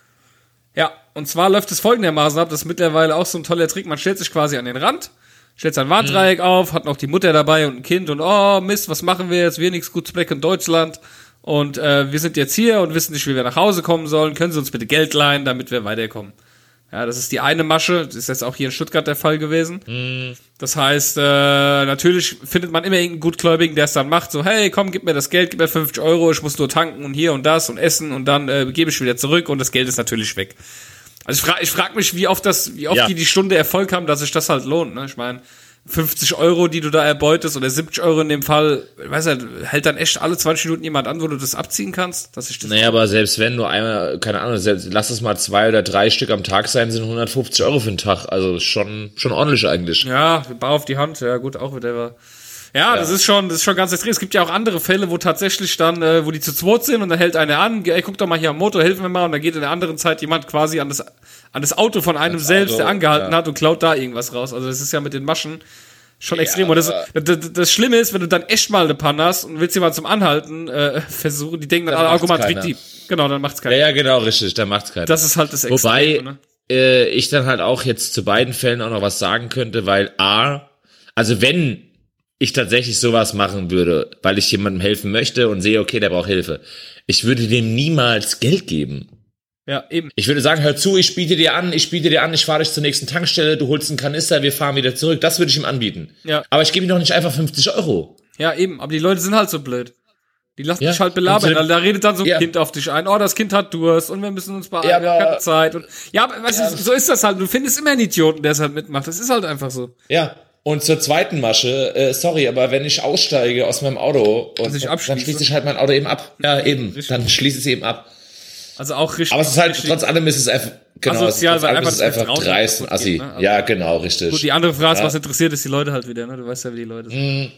Ja, und zwar läuft es folgendermaßen ab, das ist mittlerweile auch so ein toller Trick, man stellt sich quasi an den Rand, stellt sein Warndreieck auf, hat noch die Mutter dabei und ein Kind und oh Mist, was machen wir jetzt, wir nichts gut Black in Deutschland und äh, wir sind jetzt hier und wissen nicht, wie wir nach Hause kommen sollen, können Sie uns bitte Geld leihen, damit wir weiterkommen. Ja, das ist die eine Masche, das ist jetzt auch hier in Stuttgart der Fall gewesen. Das heißt, äh, natürlich findet man immer irgendeinen Gutgläubigen, der es dann macht, so, hey, komm, gib mir das Geld, gib mir fünfzig Euro, ich muss nur tanken und hier und das und essen und dann äh, gebe ich wieder zurück und das Geld ist natürlich weg. Also ich frage ich frag mich, wie oft das, wie oft Ja. die die Stunde Erfolg haben, dass sich das halt lohnt, ne? Ich meine, fünfzig Euro, die du da erbeutest, oder siebzig Euro in dem Fall, ich weiß nicht, hält dann echt alle zwanzig Minuten jemand an, wo du das abziehen kannst, dass ich das... Naja, aber selbst wenn nur einmal, keine Ahnung, selbst, lass es mal zwei oder drei Stück am Tag sein, sind hundertfünfzig Euro für den Tag. Also schon, schon ordentlich eigentlich. Ja, Bar auf die Hand, ja gut, auch wieder war. Ja, das ist schon, das ist schon ganz extrem. Es gibt ja auch andere Fälle, wo tatsächlich dann, äh, wo die zu zweit sind und dann hält einer an, ey, guck doch mal hier am Motor, helfen wir mal, und dann geht in der anderen Zeit jemand quasi an das, an das Auto von einem Das selbst, Auto, der angehalten ja. hat und klaut da irgendwas raus. Also das ist ja mit den Maschen schon extrem. Ja, Und das, das, das Schlimme ist, wenn du dann echt mal eine Panne hast und willst jemanden zum Anhalten äh, versuchen, die denken dann, Dann ah, guck macht's mal, keiner. Trickdieb. Genau, dann macht's Ja, keiner. ja, genau, richtig, da macht's keiner. Das ist halt das Extreme. Wobei Ne? äh, ich dann halt auch jetzt zu beiden Fällen auch noch was sagen könnte, weil A, also wenn ich tatsächlich sowas machen würde, weil ich jemandem helfen möchte und sehe, okay, der braucht Hilfe, ich würde dem niemals Geld geben. Ja, eben. Ich würde sagen, hör zu, ich biete dir an, ich biete dir an, ich fahre dich zur nächsten Tankstelle, du holst einen Kanister, wir fahren wieder zurück. Das würde ich ihm anbieten. Ja. Aber ich gebe ihm doch nicht einfach fünfzig Euro. Ja, eben. Aber die Leute sind halt so blöd. Die lassen Ja. dich halt belabern. Und Da, sind- da redet dann so ein Ja. Kind auf dich ein. Oh, das Kind hat Durst und wir müssen uns beeilen. Ja, wir haben aber- keine Zeit. Und, ja, aber weißt du, so ist das halt. Du findest immer einen Idioten, der es halt mitmacht. Das ist halt einfach so. Ja. Und zur zweiten Masche, äh, sorry, aber wenn ich aussteige aus meinem Auto und ich dann abschließe. schließe ich halt mein Auto eben ab. Ja, eben. Dann schließe ich es eben ab. Also auch richtig. Aber es ist halt, richtig trotz allem ist es einfach, genau, asozial, trotz weil allem einfach ist es das einfach Vertrauen dreist und kaputt assi. geht, ne? Also- Ja, genau, richtig. Gut, die andere Frage ist, Ja. was interessiert ist die Leute halt wieder, ne? Du weißt ja, wie die Leute sind.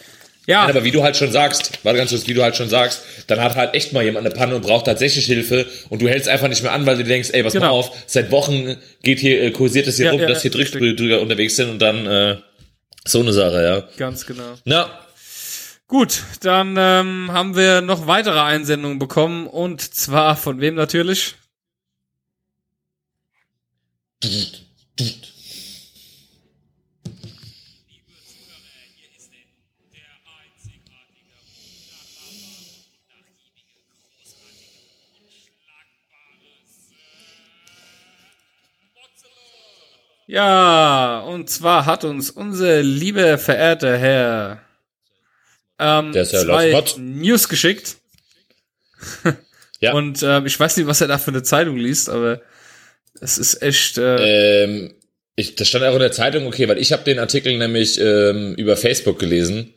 Ja, Nein, aber wie du halt schon sagst, warte ganz kurz, wie du halt schon sagst, dann hat halt echt mal jemand eine Panne und braucht tatsächlich Hilfe und du hältst einfach nicht mehr an, weil du denkst, ey, was Genau. mal auf, seit Wochen geht hier, äh, kursiert es hier Ja, rum, ja, dass hier ja, Drückbrüder unterwegs sind und dann, äh, so eine Sache, ja. ganz genau. Na, Gut, dann ähm, haben wir noch weitere Einsendungen bekommen. Und zwar von wem natürlich? Ja, und zwar hat uns unser lieber verehrter Herr ähm, Der ist ja zwei laut Gott. News geschickt. Ja. Und ähm, ich weiß nicht, was er da für eine Zeitung liest, aber es ist echt... Äh, Ähm, ich, das stand auch in der Zeitung, okay, weil ich habe den Artikel nämlich ähm, über Facebook gelesen.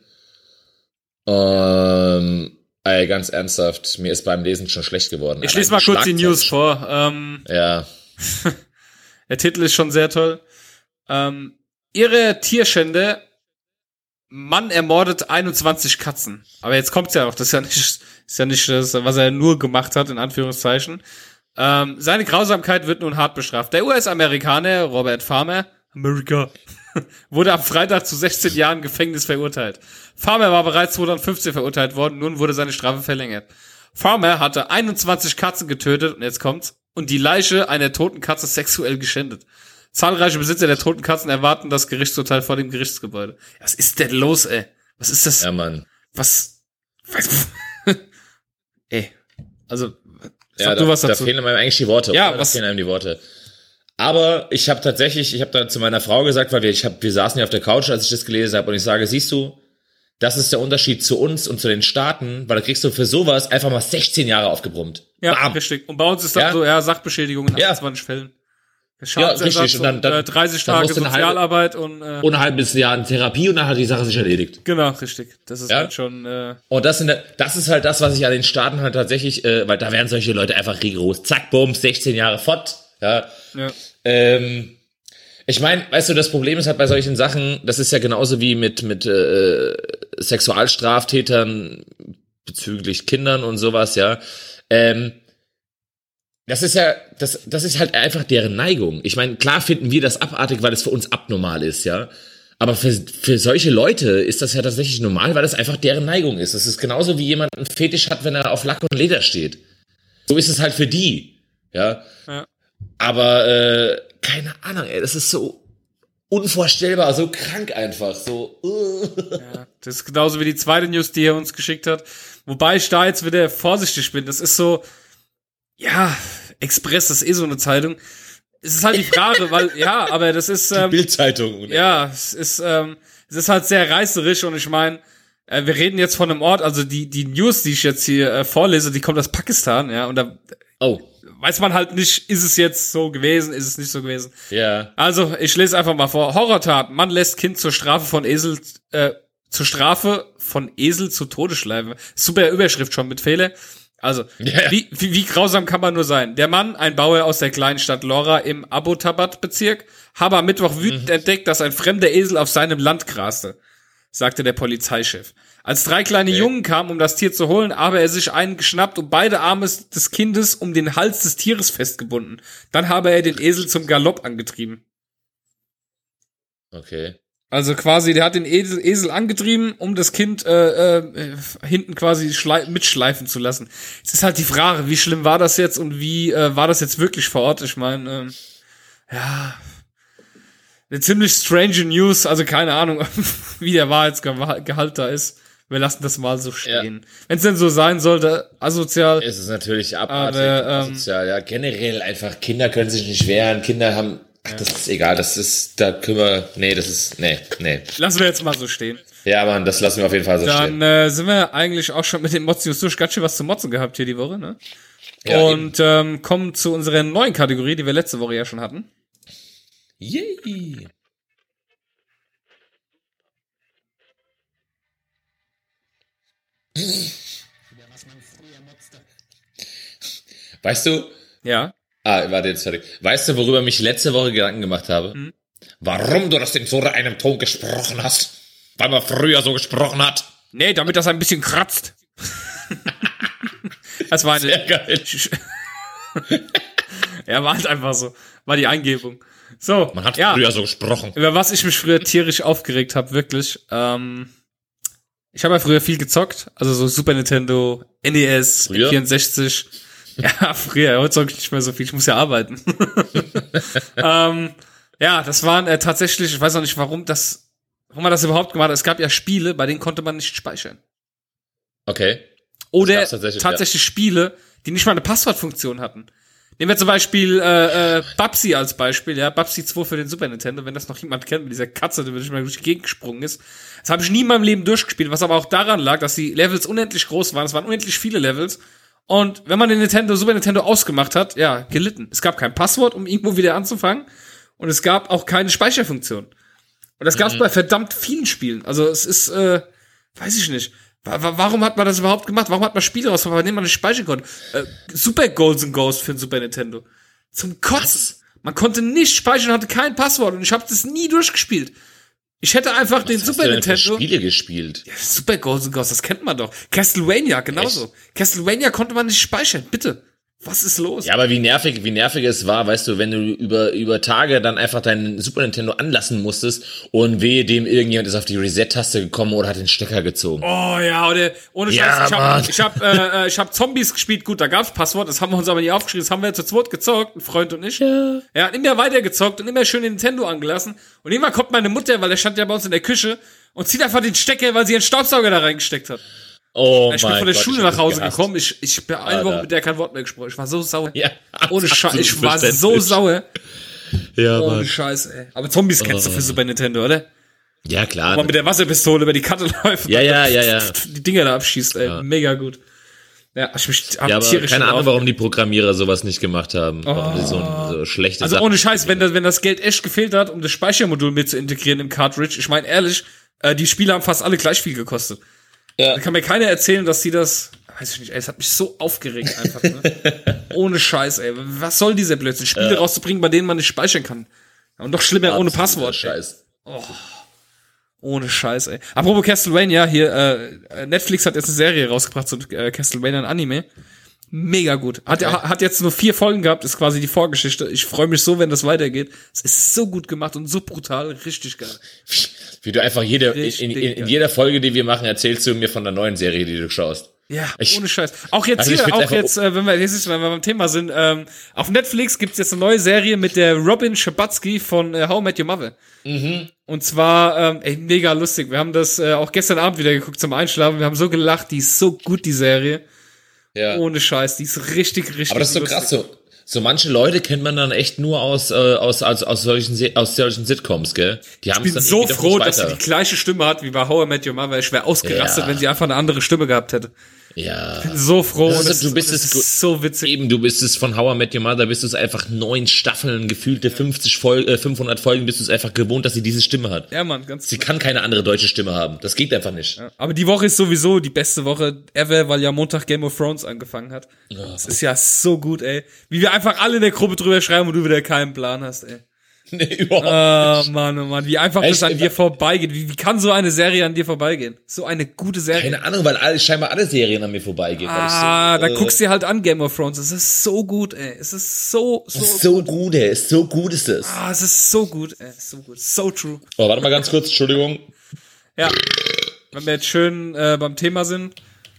Ähm, ey, ganz ernsthaft, mir ist beim Lesen schon schlecht geworden. ich lese mal kurz die Schlagzeilen- News vor. Ähm, Ja. Der Titel ist schon sehr toll. Ähm, ihre Tierschände, Mann ermordet einundzwanzig Katzen. Aber jetzt kommt's ja auch, das ist ja nicht, ist ja nicht das, was er nur gemacht hat, in Anführungszeichen. Ähm, seine Grausamkeit wird nun hart bestraft. Der U S-Amerikaner Robert Farmer, America, wurde am Freitag zu sechzehn Jahren Gefängnis verurteilt. Farmer war bereits zweitausendfünfzehn verurteilt worden, nun wurde seine Strafe verlängert. Farmer hatte einundzwanzig Katzen getötet, und jetzt kommt's, und die Leiche einer toten Katze sexuell geschändet. Zahlreiche Besitzer der toten Katzen erwarten das Gerichtsurteil vor dem Gerichtsgebäude. Was ist denn los, ey? Was ist das? Ja, Mann. Was? Was? ey. Also, sag Ja, du da, was da dazu. fehlen einem eigentlich die Worte. Ja, oder? was- Da fehlen einem die Worte. Aber ich habe tatsächlich, ich habe da zu meiner Frau gesagt, weil wir, ich hab, wir saßen ja auf der Couch, als ich das gelesen habe, und ich sage, siehst du, das ist der Unterschied zu uns und zu den Staaten, weil da kriegst du für sowas einfach mal sechzehn Jahre aufgebrumt. Ja, Bam. richtig. Und bei uns ist das Ja. so, ja, Sachbeschädigung in Ja. achtundzwanzig Fällen. Ja, richtig. Und dann, dann, und, äh, dreißig dann Tage musst du eine halbe- Sozialarbeit und, äh, und ein halbes Jahr in Therapie und dann hat die Sache sich erledigt. genau, richtig. Das ist Ja. halt schon, äh, Und das, sind, das ist halt das, was ich an den Staaten halt tatsächlich, äh, weil da werden solche Leute einfach rigoros, zack, bumm, sechzehn Jahre fort. Ja. ja. Ähm, ich meine, weißt du, das Problem ist halt bei solchen Sachen, das ist ja genauso wie mit mit äh, Sexualstraftätern bezüglich Kindern und sowas, ja. Ähm, das ist ja, das, das ist halt einfach deren Neigung. Ich meine, klar finden wir das abartig, weil es für uns abnormal ist, ja. Aber für, für solche Leute ist das ja tatsächlich normal, weil das einfach deren Neigung ist. Das ist genauso wie jemand einen Fetisch hat, wenn er auf Lack und Leder steht. So ist es halt für die, ja. Ja. Aber äh, keine Ahnung, ey, das ist so unvorstellbar, so krank einfach, so. Uh. Ja, das ist genauso wie die zweite News, die er uns geschickt hat. Wobei ich da jetzt wieder vorsichtig bin. Das ist so, ja, Express, das ist eh so eine Zeitung. Es ist halt die Frage, weil, ja, aber das ist, ähm, Bildzeitung. ja, es ist, ähm, es ist halt sehr reißerisch, und ich meine, äh, wir reden jetzt von einem Ort, also die, die News, die ich jetzt hier äh, vorlese, die kommt aus Pakistan, ja, und da Oh, weiß man halt nicht, ist es jetzt so gewesen, ist es nicht so gewesen. ja. Also, ich lese einfach mal vor. Horrortat. Mann lässt Kind zur Strafe von Esel, äh, zur Strafe von Esel zu Todesschleife. Super Überschrift schon mit Fehler. Also, Ja. wie, wie, wie grausam kann man nur sein? Der Mann, ein Bauer aus der kleinen Stadt Lora im Abbottabad-Bezirk, habe am Mittwoch wütend Mhm. entdeckt, dass ein fremder Esel auf seinem Land graste, sagte der Polizeichef. Als drei kleine Okay. Jungen kamen, um das Tier zu holen, habe er sich einen geschnappt und beide Arme des Kindes um den Hals des Tieres festgebunden. Dann habe er den Esel zum Galopp angetrieben. Okay. Also quasi, der hat den Esel, Esel angetrieben, um das Kind äh, äh, hinten quasi schlei- mitschleifen zu lassen. Jetzt ist halt die Frage, wie schlimm war das jetzt und wie äh, war das jetzt wirklich vor Ort? Ich meine, ähm, ja, eine ziemlich strange News, also keine Ahnung, wie der Wahrheitsgehalt da ist. Wir lassen das mal so stehen. Ja. Wenn es denn so sein sollte, asozial. Es ist natürlich abartig, Aber, ähm, asozial, ja. Generell einfach, Kinder können sich nicht wehren, Kinder haben, ach, das ist egal, das ist, da können wir, nee, das ist, nee, nee. Lassen wir jetzt mal so stehen. Ja, Mann, das lassen wir auf jeden Fall so Dann stehen. äh, sind wir eigentlich auch schon mit den Mods News durch, ganz schön was zu motzen gehabt hier die Woche, ne? Ja, Und ähm, kommen zu unserer neuen Kategorie, die wir letzte Woche ja schon hatten. Yay. Weißt du, Ja. ah, warte, jetzt fertig. Weißt du, worüber mich letzte Woche Gedanken gemacht habe? Hm. Warum du das in so einem Ton gesprochen hast? Weil man früher so gesprochen hat. Nee, damit das ein bisschen kratzt. Das war eine. Sehr geil. Ja, war halt einfach so. War die Eingebung. So, Man hat ja, früher so gesprochen. über was ich mich früher tierisch aufgeregt habe, wirklich. Ähm, ich habe ja früher viel gezockt, also so Super Nintendo, N E S, Früher? vierundsechzig. Ja, früher, heute zocke ich nicht mehr so viel, ich muss ja arbeiten. ähm, ja, das waren äh, tatsächlich, ich weiß auch nicht, warum das, warum man das überhaupt gemacht hat. Es gab ja Spiele, bei denen konnte man nicht speichern. Okay. Oder Das gab's tatsächlich, tatsächlich, Spiele, die nicht mal eine Passwortfunktion hatten. Nehmen wir zum Beispiel äh, äh, Babsi als Beispiel, ja, Babsi zwei für den Super Nintendo, wenn das noch jemand kennt, mit dieser Katze, die durch die Gegend gesprungen ist. Das habe ich nie in meinem Leben durchgespielt, was aber auch daran lag, dass die Levels unendlich groß waren. Es waren unendlich viele Levels. Und wenn man den Nintendo, Super Nintendo ausgemacht hat, ja, gelitten. Es gab kein Passwort, um irgendwo wieder anzufangen. Und es gab auch keine Speicherfunktion. Und das gab es mhm. bei verdammt vielen Spielen. Also es ist, äh, weiß ich nicht. Warum hat man das überhaupt gemacht? Warum hat man Spiele rausgebracht, bei denen man nicht speichern konnte? Äh, Super Golden Ghost für den Super Nintendo. Zum Kotzen. Man konnte nicht speichern, hatte kein Passwort und ich habe das nie durchgespielt. Ich hätte einfach Was den hast Super du denn Nintendo. Für Spiele gespielt. Ja, Super Golden Ghost, das kennt man doch. Castlevania, genauso. Echt? Castlevania konnte man nicht speichern, bitte. Was ist los? Ja, aber wie nervig, wie nervig es war, weißt du, wenn du über, über Tage dann einfach deinen Super Nintendo anlassen musstest und wehe dem irgendjemand ist auf die Reset-Taste gekommen oder hat den Stecker gezogen. Oh ja, oder, ohne Scheiß, ja, ich hab, ich hab, äh, ich hab Zombies gespielt, gut, da gab's Passwort, das haben wir uns aber nicht aufgeschrieben, das haben wir zu zweit gezockt, ein Freund und ich. Ja. Ja, und immer weiter gezockt und immer schön den Nintendo angelassen. Und irgendwann kommt meine Mutter, weil der stand ja bei uns in der Küche und zieht einfach den Stecker, weil sie einen Staubsauger da reingesteckt hat. Oh ich bin mein von der Gott, Schule nach Hause gekommen. Ich, ich bin eine Woche mit der kein Wort mehr gesprochen. Ich war so sauer. Ja, ohne Scheiß. Ich war so sauer. Ja, ohne Mann. Scheiß, ey. Aber Zombies oh. kennst du für Super Nintendo, oder? Ja, klar. Wo man mit der Wasserpistole über die Kante läuft. Ja, ja, ja, ja. Die Dinger da abschießt, ey. Ja. Mega gut. Ja, ich mich hab ja, aber keine Ahnung, warum die Programmierer sowas nicht gemacht haben. Oh. So, so schlechte Also Sachen. ohne Scheiß, wenn das, wenn das Geld echt gefehlt hat, um das Speichermodul mit zu integrieren im Cartridge, ich meine ehrlich, äh, die Spiele haben fast alle gleich viel gekostet. Ja. Da kann mir keiner erzählen, dass sie das, weiß ich nicht, ey, es hat mich so aufgeregt einfach, ne? Ohne Scheiß, ey. Was soll dieser Blödsinn? Spiele ja. rauszubringen, bei denen man nicht speichern kann. Und noch schlimmer, Absolut ohne Passwort. Scheiß. Oh. Ohne Scheiß, ey. Apropos Castlevania, hier, äh, Netflix hat jetzt eine Serie rausgebracht zu äh, Castlevania, ein Anime. Mega gut. Hat, okay. hat jetzt nur vier Folgen gehabt, ist quasi die Vorgeschichte. Ich freue mich so, wenn das weitergeht. Es ist so gut gemacht und so brutal, richtig geil. Wie du einfach jede, in, in, in jeder Folge, die wir machen, erzählst du mir von der neuen Serie, die du schaust. Ja, ich, ohne Scheiß. Auch jetzt also hier, auch jetzt, äh, wenn wir, jetzt ist, wenn wir beim Thema sind, ähm, auf Netflix gibt's jetzt eine neue Serie mit der Robin Schabatsky von äh, How I Met Your Mother. Mhm. Und zwar, ähm, ey, mega lustig. Wir haben das äh, auch gestern Abend wieder geguckt zum Einschlafen. Wir haben so gelacht, die ist so gut, die Serie. Ja. Ohne Scheiß, die ist richtig, richtig Aber das ist so lustig. Krass, so, so manche Leute kennt man dann echt nur aus, äh, aus, aus, aus solchen, aus solchen Sitcoms, gell? Die haben ich bin so froh, dass sie die gleiche Stimme hat wie bei How I Met Your Mother. Ich wäre ausgerastet, ja. wenn sie einfach eine andere Stimme gehabt hätte. Ja. Ich bin so froh. Das ist, das, du bist das es ist so witzig. Eben, du bist es von How I Met Your Mother, bist du es einfach neun Staffeln, gefühlte fünfzig Folgen, äh, fünfhundert Folgen, bist du es einfach gewohnt, dass sie diese Stimme hat. Ja, Mann, ganz Sie klar. kann keine andere deutsche Stimme haben. Das geht einfach nicht. Ja, aber die Woche ist sowieso die beste Woche ever, weil ja Montag Game of Thrones angefangen hat. Oh. Das ist ja so gut, ey. Wie wir einfach alle in der Gruppe drüber schreiben und du wieder keinen Plan hast, ey. Nee, überhaupt oh, nicht. Mann, oh Mann, wie einfach Echt? das an dir vorbeigeht. Wie, wie kann so eine Serie an dir vorbeigehen? So eine gute Serie. Keine Ahnung, weil alle, scheinbar alle Serien an mir vorbeigehen. Ah, so, da äh, guckst du halt an Game of Thrones. Es ist so gut, ey. Es ist so, so, ist so gut. gut, ey. Ist so gut ist es. Ah, es ist so gut, ey. So gut. So true. Oh, warte mal ganz kurz, Entschuldigung. Ja. Wenn wir jetzt schön äh, beim Thema sind.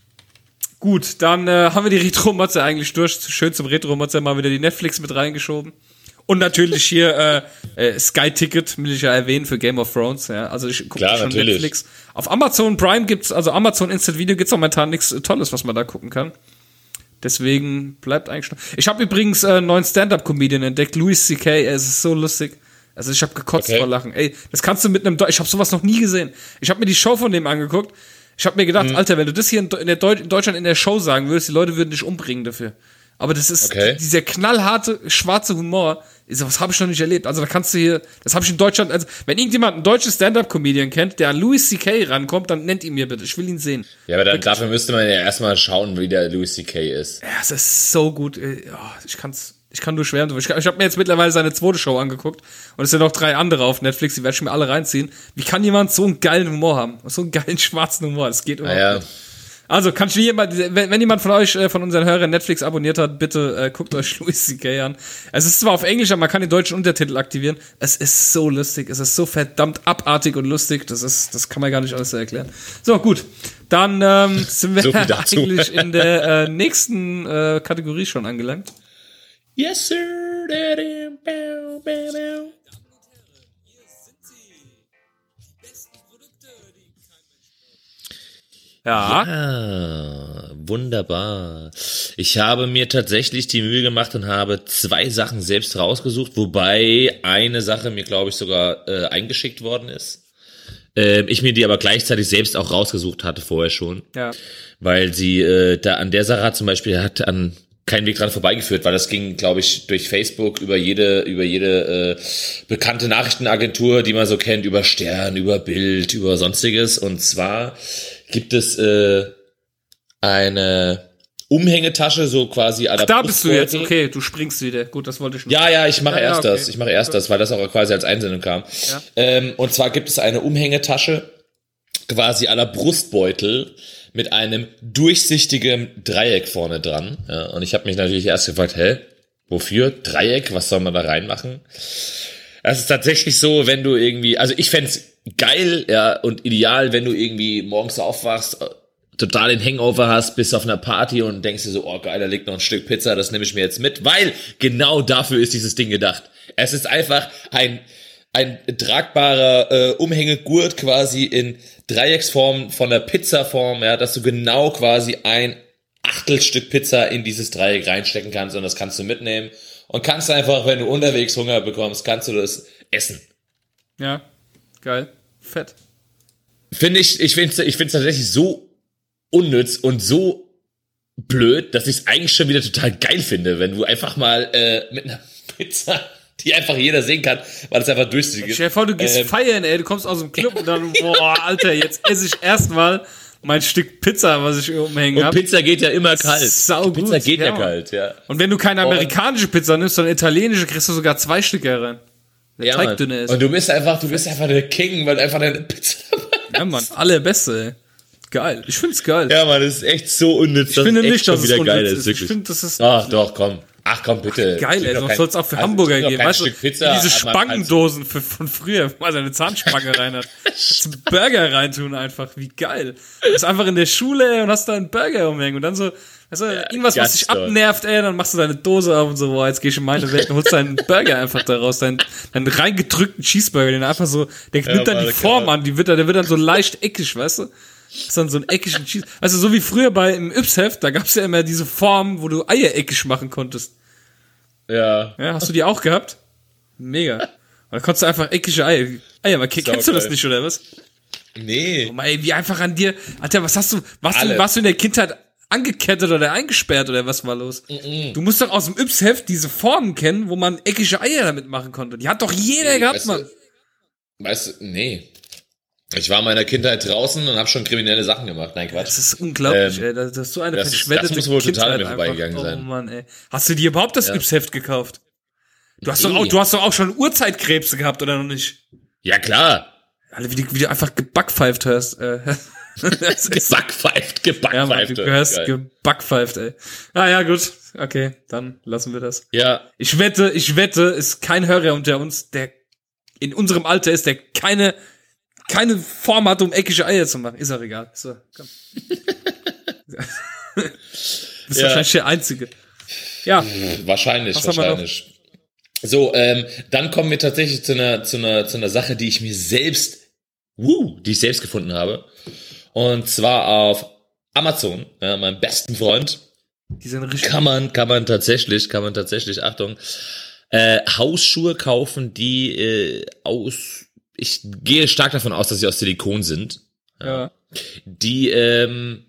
Gut, dann äh, haben wir die Retro-Motze eigentlich durch. Schön zum Retro-Motze mal wieder die Netflix mit reingeschoben. Und natürlich hier äh, äh, Sky-Ticket, will ich ja erwähnen, für Game of Thrones. Ja, also ich gucke schon natürlich. Netflix. Auf Amazon Prime gibt's, also Amazon Instant Video gibt's momentan nichts Tolles, was man da gucken kann. Deswegen bleibt eigentlich noch. Ich habe übrigens äh, einen neuen Stand-Up-Comedian entdeckt, Louis C K. Es ist so lustig. Also ich habe gekotzt okay. vor Lachen. Ey, das kannst du mit einem. De- ich habe sowas noch nie gesehen. Ich habe mir die Show von dem angeguckt. Ich habe mir gedacht, mhm. Alter, wenn du das hier in, in, der Deu- in Deutschland in der Show sagen würdest, die Leute würden dich umbringen dafür. Aber das ist okay. dieser knallharte, schwarze Humor. Was habe ich noch nicht erlebt. Also da kannst du hier, das habe ich in Deutschland, also wenn irgendjemand einen deutschen Stand-Up-Comedian kennt, der an Louis C K rankommt, dann nennt ihn mir bitte. Ich will ihn sehen. Ja, aber dann, dafür müsste man ja erstmal schauen, wie der Louis C K ist. Ja, es ist so gut. Ich kann's, ich kann nur schwärmen. Ich, ich habe mir jetzt mittlerweile seine zweite Show angeguckt und es sind noch drei andere auf Netflix, die werde ich mir alle reinziehen. Wie kann jemand so einen geilen Humor haben? So einen geilen schwarzen Humor? Das geht überhaupt ja. nicht. Also, kann ich jemand, wenn, wenn jemand von euch, äh, von unseren Hörern Netflix abonniert hat, bitte äh, guckt euch Louis C K an. Es ist zwar auf Englisch, aber man kann den deutschen Untertitel aktivieren. Es ist so lustig, es ist so verdammt abartig und lustig, das ist, das kann man gar nicht alles so erklären. So, gut. Dann ähm, sind wir so eigentlich in der äh, nächsten äh, Kategorie schon angelangt. Yes, sir. Daddy. Bow, bow, bow. Ja. ja. Wunderbar. Ich habe mir tatsächlich die Mühe gemacht und habe zwei Sachen selbst rausgesucht, wobei eine Sache mir, glaube ich, sogar äh, eingeschickt worden ist. Äh, ich mir die aber gleichzeitig selbst auch rausgesucht hatte vorher schon. Ja. Weil sie äh, da an der Sache hat zum Beispiel hat an keinen Weg dran vorbeigeführt, weil das ging, glaube ich, durch Facebook über jede über jede äh, bekannte Nachrichtenagentur, die man so kennt, über Stern, über Bild, über sonstiges. Und zwar gibt es äh, eine Umhängetasche, so quasi à la Da bist du Brustbeutel. jetzt, okay, du springst wieder. Gut, das wollte ich nicht. Ja, ja, ich mache Ja, ja, erst okay. das. Ich mache erst das, weil das auch quasi als Einsendung kam. Ja. Ähm, und zwar gibt es eine Umhängetasche, quasi à la Brustbeutel, mit einem durchsichtigen Dreieck vorne dran. Ja, und ich habe mich natürlich erst gefragt, hä, wofür? Dreieck? Was soll man da reinmachen? Das ist tatsächlich so, wenn du irgendwie, also ich fänd's geil, ja, und ideal, wenn du irgendwie morgens aufwachst, total den Hangover hast, bist auf einer Party und denkst dir so, oh geil, da liegt noch ein Stück Pizza, das nehme ich mir jetzt mit, weil genau dafür ist dieses Ding gedacht. Es ist einfach ein ein tragbarer äh, Umhängegurt quasi in Dreiecksform von der Pizzaform, ja, dass du genau quasi ein Achtelstück Pizza in dieses Dreieck reinstecken kannst und das kannst du mitnehmen und kannst einfach, wenn du unterwegs Hunger bekommst, kannst du das essen. Ja, geil. Fett. Finde ich, ich finde es ich find's tatsächlich so unnütz und so blöd, dass ich es eigentlich schon wieder total geil finde, wenn du einfach mal äh, mit einer Pizza, die einfach jeder sehen kann, weil es einfach durchsichtig ist. Stell dir vor, du gehst Ähm, feiern, ey, du kommst aus dem Club und dann, boah, Alter, jetzt esse ich erstmal mein Stück Pizza, was ich umhängen Und habe. Pizza geht ja immer kalt. Sau gut. Pizza geht ja, Ja, Mann. kalt, ja. Und wenn du keine amerikanische Pizza nimmst, sondern italienische, kriegst du sogar zwei Stück herein. Der Ja, Teig Mann. dünner ist. Und du bist einfach, du bist einfach der King, weil du einfach deine Pizza Ja, Mann, allerbeste, ey. Geil. Ich find's geil. Ja, Mann, das ist echt so unnütz, ich dass finde es echt nicht, dass schon es wieder geil unnütz ist, ist. wirklich. Ich finde, das ist Ach, doch, komm. Ach, komm, bitte. geil, ey. Doch Was kein- soll's auch für also, Hamburger doch geben? kein Weißt du, Stück Pizza diese an meinem Spangendosen für, von früher, wo man seine Zahnspange rein hat. Zum Burger reintun einfach. Wie geil. Du bist einfach in der Schule, ey, und hast da einen Burger umhängen und dann so, weißt du, irgendwas, was ganz dich toll. abnervt, ey, dann machst du deine Dose auf und so, boah, jetzt geh ich in meine Welt und holst deinen Burger einfach da raus, deinen, deinen reingedrückten Cheeseburger, den einfach so, der nimmt dann Mann, die Form geil. an, die wird dann, der wird dann so leicht eckig, weißt du? Das ist dann so ein eckigen Cheese. Weißt du, so wie früher bei im Yps-Heft, da gab's ja immer diese Form, wo du Eier eckig machen konntest. Ja. Ja, hast du die auch gehabt? Mega. Und da konntest du einfach eckige Eier. Eier, aber kennst du das geil. nicht, oder was? Nee. Oh Mann, ey, wie einfach an dir. Alter, was hast du, warst du, Alle. warst du in der Kindheit angekettet oder eingesperrt oder was war los? Du musst doch aus dem Yps-Heft diese Formen kennen, wo man eckige Eier damit machen konnte. Die hat doch jeder Nee, gehabt, weißt Mann. Du, weißt du, nee. Ich war in meiner Kindheit draußen und habe schon kriminelle Sachen gemacht. Nein, Quatsch. Das ist unglaublich, Ähm, ey. Das, das ist so eine das ist- verschwendete das muss wohl total an mir Kindheit vorbeigegangen einfach. sein. Oh Mann, ey. Hast du dir überhaupt das Ja. Yps-Heft gekauft? Du hast, Nee. doch auch, du hast doch auch schon Urzeitkrebse gehabt, oder noch nicht? Ja, klar. Alter, wie du, wie du einfach gebackpfeift hörst. Äh. Das ist- Gebackpfeift, Ja, Mann, gebackpfeift. du gehörst Geil. gebackpfeift, ey. Ah ja, gut. Okay, dann lassen wir das. Ja, Ich wette, ich wette, ist kein Hörer unter uns, der in unserem Alter ist, der keine, keine Form hat, um eckige Eier zu machen. Ist auch egal. So, komm. Du bist Ja. wahrscheinlich der Einzige. Ja, wahrscheinlich, Was haben wir noch? wahrscheinlich. So, ähm, dann kommen wir tatsächlich zu einer, zu einer, zu einer Sache, die ich mir selbst, wuh, die ich selbst gefunden habe. Und zwar auf Amazon, ja, meinem besten Freund, die sind richtig. kann man, kann man tatsächlich, kann man tatsächlich, Achtung, äh, Hausschuhe kaufen, die äh, aus, ich gehe stark davon aus, dass sie aus Silikon sind, Ja. die ähm,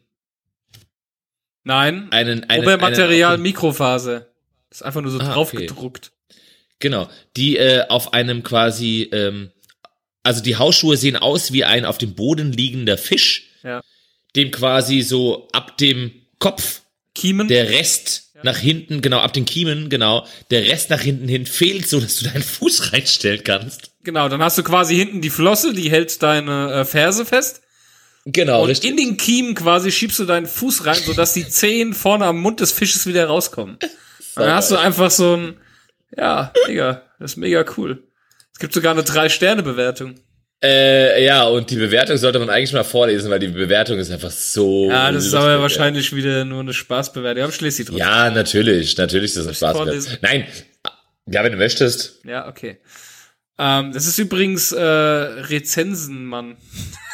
Nein. einen, einen, Obermaterial einen Mikrofaser. Das ist einfach nur so Ah, drauf okay. gedruckt. Genau, die äh, auf einem quasi, ähm, also die Hausschuhe sehen aus wie ein auf dem Boden liegender Fisch, Ja. dem quasi so ab dem Kopf Kiemen. der Rest nach hinten, genau, ab den Kiemen, genau, der Rest nach hinten hin fehlt, so dass du deinen Fuß reinstellen kannst. Genau, dann hast du quasi hinten die Flosse, die hält deine äh, Ferse fest. Genau, Und richtig. in den Kiemen quasi schiebst du deinen Fuß rein, sodass die Zehen vorne am Mund des Fisches wieder rauskommen. Und dann hast du einfach so ein, ja, mega, das ist mega cool. Es gibt sogar eine Drei-Sterne-Bewertung. Äh, ja, und die Bewertung sollte man eigentlich mal vorlesen, weil die Bewertung ist einfach so. Ja, das ist lustig, aber ja. wahrscheinlich wieder nur eine Spaßbewertung. Aber schließ sie trotzdem. Ja, natürlich, natürlich ist das ein ich Spaß. vorlesen? Nein, ja, wenn du möchtest. Ja, okay. Ähm, das ist übrigens äh, Rezensenmann.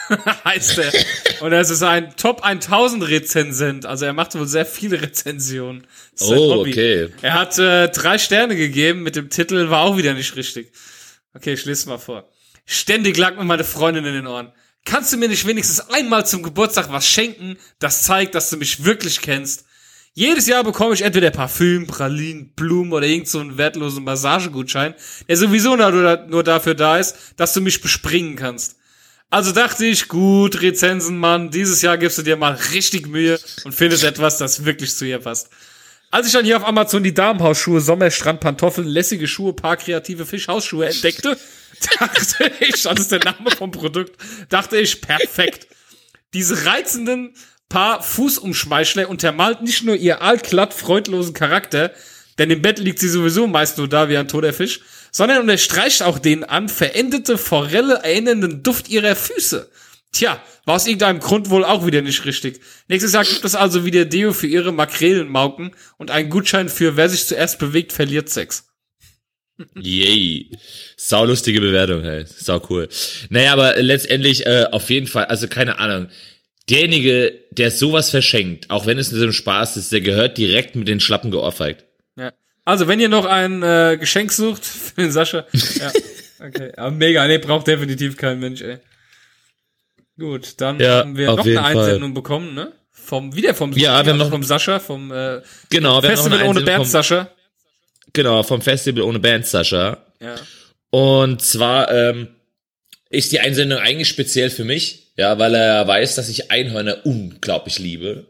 heißt er. Und er ist ein Top tausend Rezensent. Also er macht wohl sehr viele Rezensionen. Das ist sein Oh, Hobby. okay. Er hat äh, drei Sterne gegeben mit dem Titel, war auch wieder nicht richtig. Okay, ich lese mal vor. Ständig lag mir meine Freundin in den Ohren. Kannst du mir nicht wenigstens einmal zum Geburtstag was schenken, das zeigt, dass du mich wirklich kennst? Jedes Jahr bekomme ich entweder Parfüm, Pralinen, Blumen oder irgend so einen wertlosen Massagegutschein, der sowieso nur, nur dafür da ist, dass du mich bespringen kannst. Also dachte ich, gut, Rezensenmann, dieses Jahr gibst du dir mal richtig Mühe und findest etwas, das wirklich zu ihr passt. Als ich dann hier auf Amazon die Damenhausschuhe, Sommerstrand, Pantoffeln, lässige Schuhe, paar kreative Fischhausschuhe entdeckte, dachte ich, das ist der Name vom Produkt, dachte ich, perfekt. Diese reizenden Paar Fußumschmeichler untermalt nicht nur ihr altglatt freudlosen Charakter, denn im Bett liegt sie sowieso meist nur da wie ein toter Fisch, sondern unterstreicht auch den an verendete Forelle erinnernden Duft ihrer Füße. Tja, war aus irgendeinem Grund wohl auch wieder nicht richtig. Nächstes Jahr gibt es also wieder Deo für ihre Makrelenmauken und einen Gutschein für wer sich zuerst bewegt, verliert Sex. Yay. Saulustige Bewertung, hey. Sau cool. Naja, aber letztendlich äh, auf jeden Fall, also keine Ahnung, derjenige, der sowas verschenkt, auch wenn es in so einem Spaß ist, der gehört direkt mit den Schlappen geohrfeigt. Ja. Also, wenn ihr noch ein äh, Geschenk sucht für den Sascha, ja, okay, aber mega, nee, braucht definitiv kein Mensch, ey. Gut, dann Ja, haben wir auf noch jeden eine Fall. Einsendung bekommen, ne? Vom, wieder vom, Ja, wir haben noch- vom Sascha, vom äh, Genau, wir haben noch Festival eine ohne Einsendung Band, vom- Sascha. Genau, vom Festival ohne Band, Sascha. Ja. Und zwar ähm, ist die Einsendung eigentlich speziell für mich, ja, weil er weiß, dass ich Einhörner unglaublich liebe.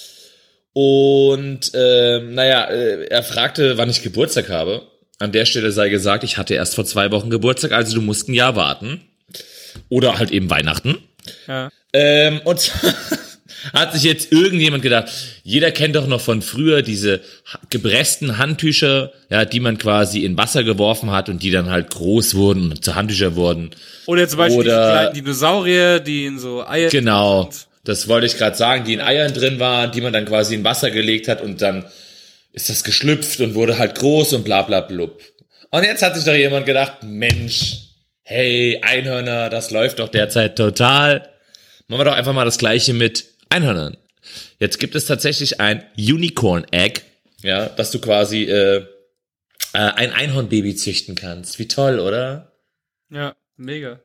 Und ähm, naja, äh, er fragte, wann ich Geburtstag habe. An der Stelle sei gesagt, ich hatte erst vor zwei Wochen Geburtstag, also du musst ein Jahr warten. Oder halt eben Weihnachten. Ja. Ähm, und zwar hat sich jetzt irgendjemand gedacht, jeder kennt doch noch von früher diese ha- gepressten Handtücher, ja, die man quasi in Wasser geworfen hat und die dann halt groß wurden und zu Handtücher wurden. Oder zum Beispiel Oder- die kleinen Dinosaurier, die in so Eier Genau, sind. das wollte ich gerade sagen, die in Eiern drin waren, die man dann quasi in Wasser gelegt hat und dann ist das geschlüpft und wurde halt groß und bla bla blub. Und jetzt hat sich doch jemand gedacht, Mensch, hey, Einhörner, das läuft doch derzeit total. Machen wir doch einfach mal das Gleiche mit Einhörnern. Jetzt gibt es tatsächlich ein Unicorn Egg, ja, dass du quasi äh, äh, ein Einhornbaby züchten kannst. Wie toll, oder? Ja, mega.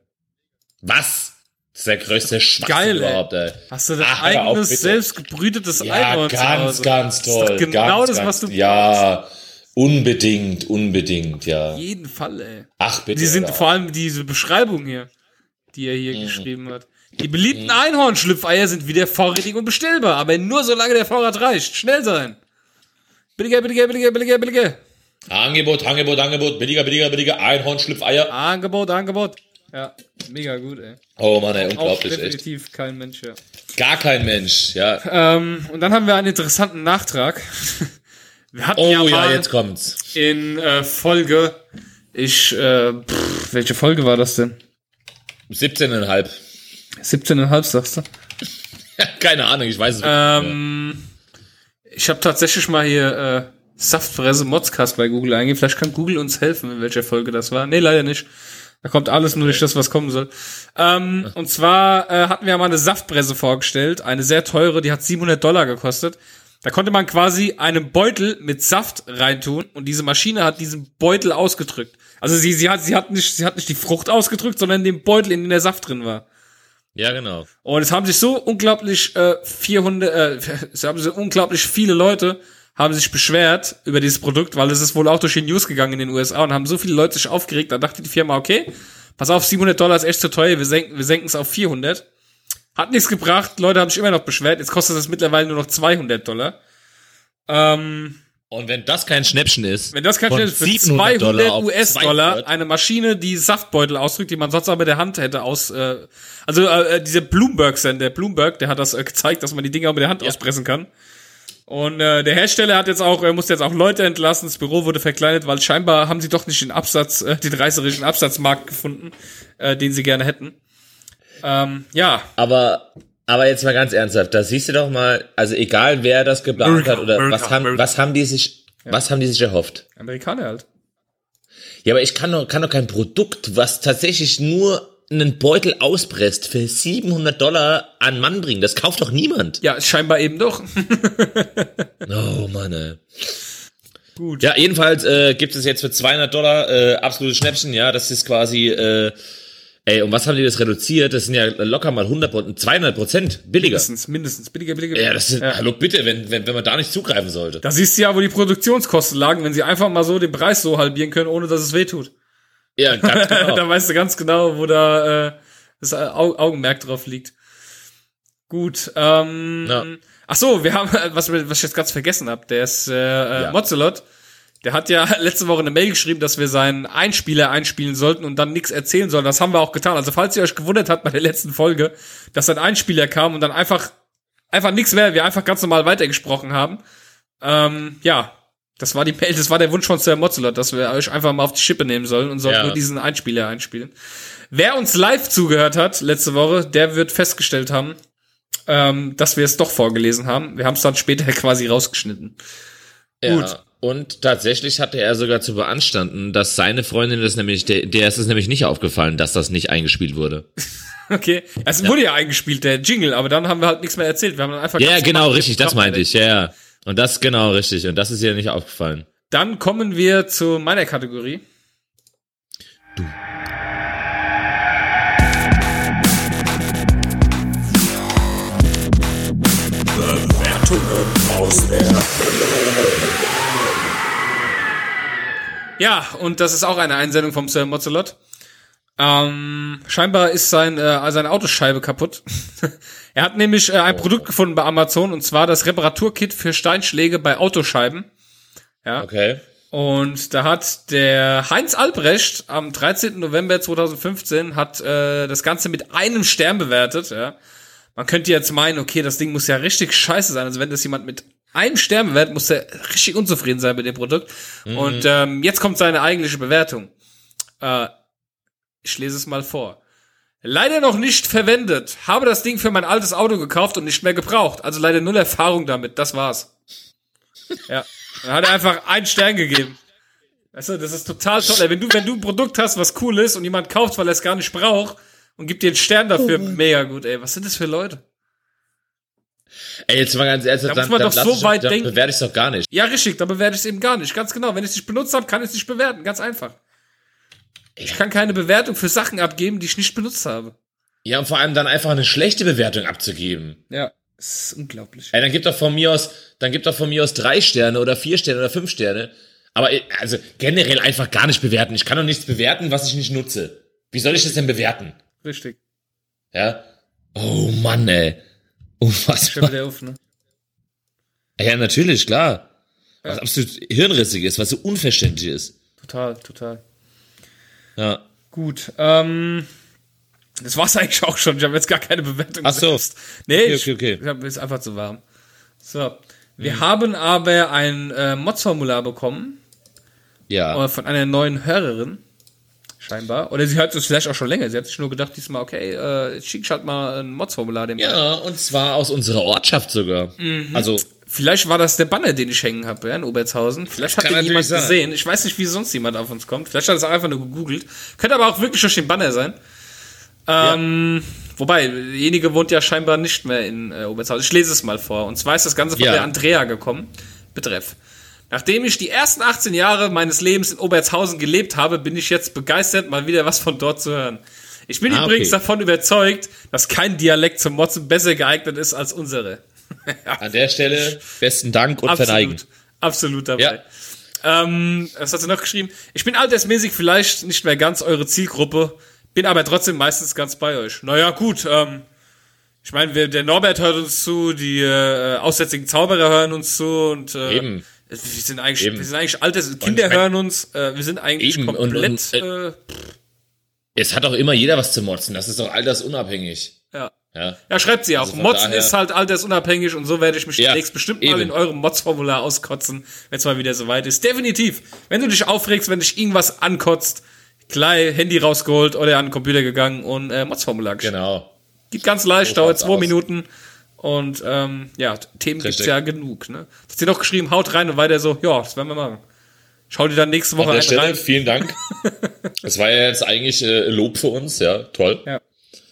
Was? Das ist der größte Schwachsinn Geil, ey. überhaupt, ey. Hast du dein Ach, hör auf, eigenes, bitte. selbst gebrütetes Ja, Einhorn zu ganz, Hause? ganz Das ist doch toll. genau ganz, das, ganz, was du Ja, unbedingt, unbedingt, ja. Auf jeden Fall, ey. Ach, bitte. Die sind oder? vor allem diese Beschreibung hier, die er hier geschrieben hat. Die beliebten Einhornschlüpfeier sind wieder vorrätig und bestellbar, aber nur solange der Vorrat reicht. Schnell sein. Billiger, billiger, billiger, billiger, billiger. Angebot, Angebot, Angebot, billiger, billiger, billiger, Einhornschlüpfeier. Angebot, Angebot. Ja, mega gut, ey. Oh Mann, ey, Auch unglaublich, echt. definitiv kein Mensch, ja. Gar kein Mensch, ja. Ähm, und dann haben wir einen interessanten Nachtrag. Wir hatten Oh ja ja, mal jetzt kommt's. in äh, Folge, ich, äh, pff, welche Folge war das denn? siebzehn Komma fünf. siebzehn Komma fünf, sagst du? Keine Ahnung, ich weiß es nicht. Ähm, ich habe tatsächlich mal hier äh, Saftpresse Modscast bei Google eingegeben. Vielleicht kann Google uns helfen, in welcher Folge das war. Nee, leider nicht. Da kommt alles nur nicht das, was kommen soll. Ähm, und zwar äh, hatten wir mal eine Saftpresse vorgestellt. Eine sehr teure, die hat siebenhundert Dollar gekostet. Da konnte man quasi einen Beutel mit Saft reintun und diese Maschine hat diesen Beutel ausgedrückt. Also sie, sie hat, sie hat nicht, sie hat nicht die Frucht ausgedrückt, sondern den Beutel, in dem der Saft drin war. Ja, genau. Und es haben sich so unglaublich äh, vierhundert, äh, es haben so unglaublich viele Leute haben sich beschwert über dieses Produkt, weil es ist wohl auch durch die News gegangen in den U S A und haben so viele Leute sich aufgeregt. Da dachte die Firma, okay, pass auf, siebenhundert Dollar ist echt zu teuer, wir senken, wir senken es auf vierhundert. Hat nichts gebracht, Leute haben sich immer noch beschwert. Jetzt kostet es mittlerweile nur noch zweihundert Dollar. Ähm, Und wenn das kein Schnäppchen ist, wenn das kein von Schnell ist, für siebenhundert Dollar zweihundert auf US-Dollar zweihundert. eine Maschine, die Saftbeutel ausdrückt, die man sonst aber mit der Hand hätte aus, äh, also äh, diese Bloomberg-Sender, Bloomberg, der hat das äh, gezeigt, dass man die Dinger auch mit der Hand Ja. auspressen kann. Und äh, der Hersteller hat jetzt auch, er musste jetzt auch Leute entlassen, das Büro wurde verkleinert, weil scheinbar haben sie doch nicht den Absatz, äh, den reißerischen Absatzmarkt gefunden, äh, den sie gerne hätten. Ähm, ja. Aber, aber jetzt mal ganz ernsthaft, da siehst du doch mal, also egal wer das geplant America, hat oder America, was haben, America. was haben die sich, was haben die sich erhofft? Amerikaner halt. Ja, aber ich kann doch, kann doch kein Produkt, was tatsächlich nur einen Beutel auspresst für siebenhundert Dollar an den Mann bringen? Das kauft doch niemand. Ja, scheinbar eben doch. Oh Mann, ey. Gut. Ja, jedenfalls äh, gibt es jetzt für zweihundert Dollar äh, absolute Schnäppchen, ja, das ist quasi, äh, ey, und was haben die das reduziert? Das sind ja locker mal hundert, zweihundert Prozent billiger. Mindestens, mindestens, billiger, billiger. Ja, das ist, ja. hallo bitte, wenn, wenn, wenn man da nicht zugreifen sollte. Da siehst du ja, wo die Produktionskosten lagen, wenn sie einfach mal so den Preis so halbieren können, ohne dass es wehtut. Ja, ganz genau. Da weißt du ganz genau, wo da äh, das Au- Augenmerk drauf liegt. Gut, ähm, ja. ach so, wir haben, was, was ich jetzt ganz vergessen habe, der ist, äh, ja. Mozzolot, der hat ja letzte Woche eine Mail geschrieben, dass wir seinen Einspieler einspielen sollten und dann nichts erzählen sollen. Das haben wir auch getan. Also falls ihr euch gewundert habt bei der letzten Folge, dass ein Einspieler kam und dann einfach, einfach nichts mehr, wir einfach ganz normal weitergesprochen haben. Ähm, ja, das war die Mail, das war der Wunsch von Sir Mozzolot, dass wir euch einfach mal auf die Schippe nehmen sollen und sollten ja. nur diesen Einspieler einspielen. Wer uns live zugehört hat letzte Woche, der wird festgestellt haben, ähm, dass wir es doch vorgelesen haben. Wir haben es dann später quasi rausgeschnitten. Ja. Gut. Und tatsächlich hatte er sogar zu beanstanden, dass seine Freundin das nämlich, der, der ist es nämlich nicht aufgefallen, dass das nicht eingespielt wurde. Okay. Es ja. wurde ja eingespielt, der Jingle, aber dann haben wir halt nichts mehr erzählt. Wir haben dann einfach Ja, genau, richtig, das meinte ich, ja, ja. Und das genau richtig. Und das ist ihr nicht aufgefallen. Dann kommen wir zu meiner Kategorie. Du. Aus der ja, und das ist auch eine Einsendung vom Sir Mozzolot. Ähm, scheinbar ist sein, äh, seine Autoscheibe kaputt. Er hat nämlich äh, ein oh. Produkt gefunden bei Amazon, und zwar das Reparaturkit für Steinschläge bei Autoscheiben. Ja. Okay. Und da hat der Heinz Albrecht am dreizehnten November zweitausendfünfzehn hat äh, das Ganze mit einem Stern bewertet, ja. Man könnte jetzt meinen, okay, das Ding muss ja richtig scheiße sein. Also wenn das jemand mit einem Stern bewertet, muss der richtig unzufrieden sein mit dem Produkt. Mhm. Und ähm, jetzt kommt seine eigentliche Bewertung. Äh, ich lese es mal vor. Leider noch nicht verwendet. Habe das Ding für mein altes Auto gekauft und nicht mehr gebraucht. Also leider null Erfahrung damit. Das war's. Ja. Dann hat er einfach einen Stern gegeben. Weißt du, das ist total toll. Wenn du, wenn du ein Produkt hast, was cool ist und jemand kauft, weil er es gar nicht braucht, und gibt dir einen Stern dafür, oh, mega gut, ey. Was sind das für Leute? Ey, jetzt mal ganz ehrlich, da dann, muss man dann doch so ich, weit dann denken. bewerte ich es doch gar nicht. Ja, richtig, dann bewerte ich es eben gar nicht. Ganz genau. Wenn ich es nicht benutzt habe, kann ich es nicht bewerten. Ganz einfach. Ich kann keine Bewertung für Sachen abgeben, die ich nicht benutzt habe. Ja, und vor allem dann einfach eine schlechte Bewertung abzugeben. Ja, das ist unglaublich. Ey, dann gibt doch von mir aus, dann gibt doch von mir aus drei Sterne oder vier Sterne oder fünf Sterne. Aber also generell einfach gar nicht bewerten. Ich kann doch nichts bewerten, was ich nicht nutze. Wie soll ich das denn bewerten? Richtig. Ja. Oh Mann, ey. Unfassbar. Schon wieder auf, ne? Ja, natürlich, klar. Ja. Was absolut hirnrissig ist, was so unverständlich ist. Total, total. Ja. Gut, ähm, das war's eigentlich auch schon. Ich habe jetzt gar keine Bewertung. Ach so. Selbst. Nee, okay, ich, okay, okay. ich hab, ist einfach zu warm. So. Wir mhm. haben aber ein äh, Mods-Formular bekommen. Ja. Von einer neuen Hörerin. Scheinbar. Oder sie hat es vielleicht auch schon länger. Sie hat sich nur gedacht, diesmal, okay, äh, schick ich halt mal ein Mods-Formular dem. Ja, und zwar aus unserer Ortschaft sogar. Mhm. Also. Vielleicht war das der Banner, den ich hängen habe, ja, in Obertshausen. Vielleicht hat den jemand sein. gesehen. Ich weiß nicht, wie sonst jemand auf uns kommt. Vielleicht hat es auch einfach nur gegoogelt. Könnte aber auch wirklich durch den Banner sein. Ähm, ja. Wobei, derjenige wohnt ja scheinbar nicht mehr in äh, Obertshausen. Ich lese es mal vor. Und zwar ist das Ganze von ja. der Andrea gekommen. Betreff. Nachdem ich die ersten achtzehn Jahre meines Lebens in Obertshausen gelebt habe, bin ich jetzt begeistert, mal wieder was von dort zu hören. Ich bin ah, übrigens okay. davon überzeugt, dass kein Dialekt zum Motzen besser geeignet ist als unsere. An der Stelle besten Dank und absolut, Verneigen. Absolut dabei. Ja. Ähm, was hat sie noch geschrieben? Ich bin altersmäßig vielleicht nicht mehr ganz eure Zielgruppe, bin aber trotzdem meistens ganz bei euch. Naja, gut, ähm, ich meine, der Norbert hört uns zu, die äh, aussätzigen Zauberer hören uns zu und äh, Eben. wir sind eigentlich, Eben. wir sind eigentlich alte Kinder ich mein, hören uns, äh, wir sind eigentlich eben. komplett. Und, und, äh, es hat auch immer jeder was zu motzen, das ist doch altersunabhängig. Ja. Ja, ja, schreibt sie auch. Also Motzen ist halt altersunabhängig und so werde ich mich ja, demnächst bestimmt eben. mal in eurem Mods-Formular auskotzen, wenn es mal wieder soweit ist. Definitiv. Wenn du dich aufregst, wenn dich irgendwas ankotzt, gleich Handy rausgeholt oder an den Computer gegangen und äh, Mods-Formular geschrieben. Genau. Geht ganz leicht, So dauert zwei aus. Minuten und ähm, ja, Themen Richtig. gibt's ja genug. Ne? Hat sie noch geschrieben, haut rein und weiter so, ja, das werden wir machen. Schau dir dann nächste Woche an der Stelle rein. Vielen Dank. Das war ja jetzt eigentlich äh, Lob für uns, ja, toll. Ja.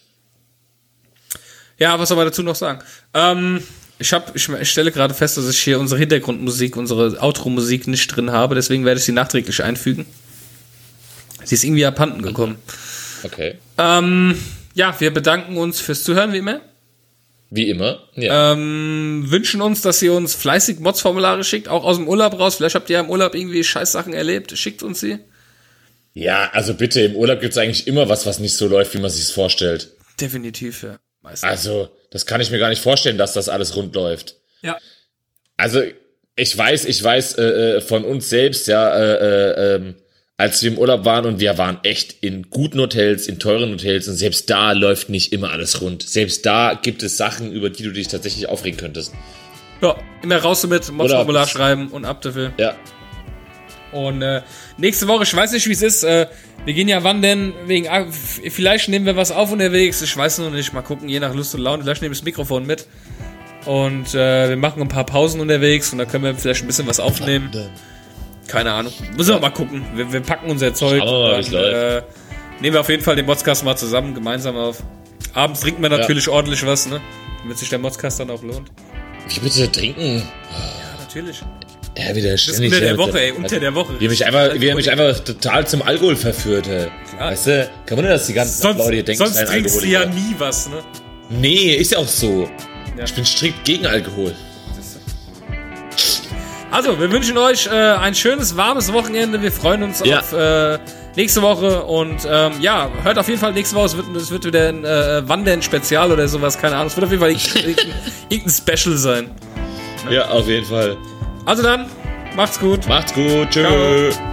Ja, was soll man dazu noch sagen? Ähm, ich, hab, ich, ich stelle gerade fest, dass ich hier unsere Hintergrundmusik, unsere Outro-Musik nicht drin habe, deswegen werde ich sie nachträglich einfügen. Sie ist irgendwie abhanden gekommen. Okay. Ähm, ja, wir bedanken uns fürs Zuhören, wie immer. Wie immer, ja. Ähm, wünschen uns, dass ihr uns fleißig Mods-Formulare schickt, auch aus dem Urlaub raus. Vielleicht habt ihr ja im Urlaub irgendwie Scheißsachen erlebt. Schickt uns sie. Ja, also bitte, im Urlaub gibt's eigentlich immer was, was nicht so läuft, wie man sich's vorstellt. Definitiv, ja. Meistens. Also, das kann ich mir gar nicht vorstellen, dass das alles rund läuft. Ja. Also, ich weiß, ich weiß äh, von uns selbst, ja, äh, äh, als wir im Urlaub waren und wir waren echt in guten Hotels, in teuren Hotels und selbst da läuft nicht immer alles rund. Selbst da gibt es Sachen, über die du dich tatsächlich aufregen könntest. Ja, immer raus damit, Mods-Formular schreiben und ab dafür. Ja. Und äh, nächste Woche, ich weiß nicht, wie es ist, äh, wir gehen ja wann denn, wegen, ah, vielleicht nehmen wir was auf unterwegs, ich weiß noch nicht, mal gucken, je nach Lust und Laune, vielleicht nehme ich das Mikrofon mit und äh, wir machen ein paar Pausen unterwegs und da können wir vielleicht ein bisschen was aufnehmen. Keine Ahnung, müssen wir mal gucken, wir, wir packen unser Zeug und äh, nehmen wir auf jeden Fall den Modcast mal zusammen, gemeinsam auf. Abends trinken wir natürlich ja. ordentlich was, ne, damit sich der Modcast dann auch lohnt. Wie bitte trinken? Ja, natürlich. Ja, wieder das ist unter der Woche, ey, unter der Woche. Wie er mich einfach, wie er mich einfach total zum Alkohol verführt, ey. Klar. Weißt du, kann man denn, dass die ganzen sonst, Leute hier denken, sonst trinkst du ja nie was, ne? Nee, ist ja auch so. Ja. Ich bin strikt gegen Alkohol. Also, wir wünschen euch äh, ein schönes, warmes Wochenende. Wir freuen uns ja. auf äh, nächste Woche und ähm, ja, hört auf jeden Fall nächste Woche, es wird, es wird wieder ein äh, Wandern-Spezial oder sowas, keine Ahnung. Es wird auf jeden Fall irgendein, irgendein Special sein. Ja, auf jeden Fall. Also dann, macht's gut. Macht's gut, tschüss.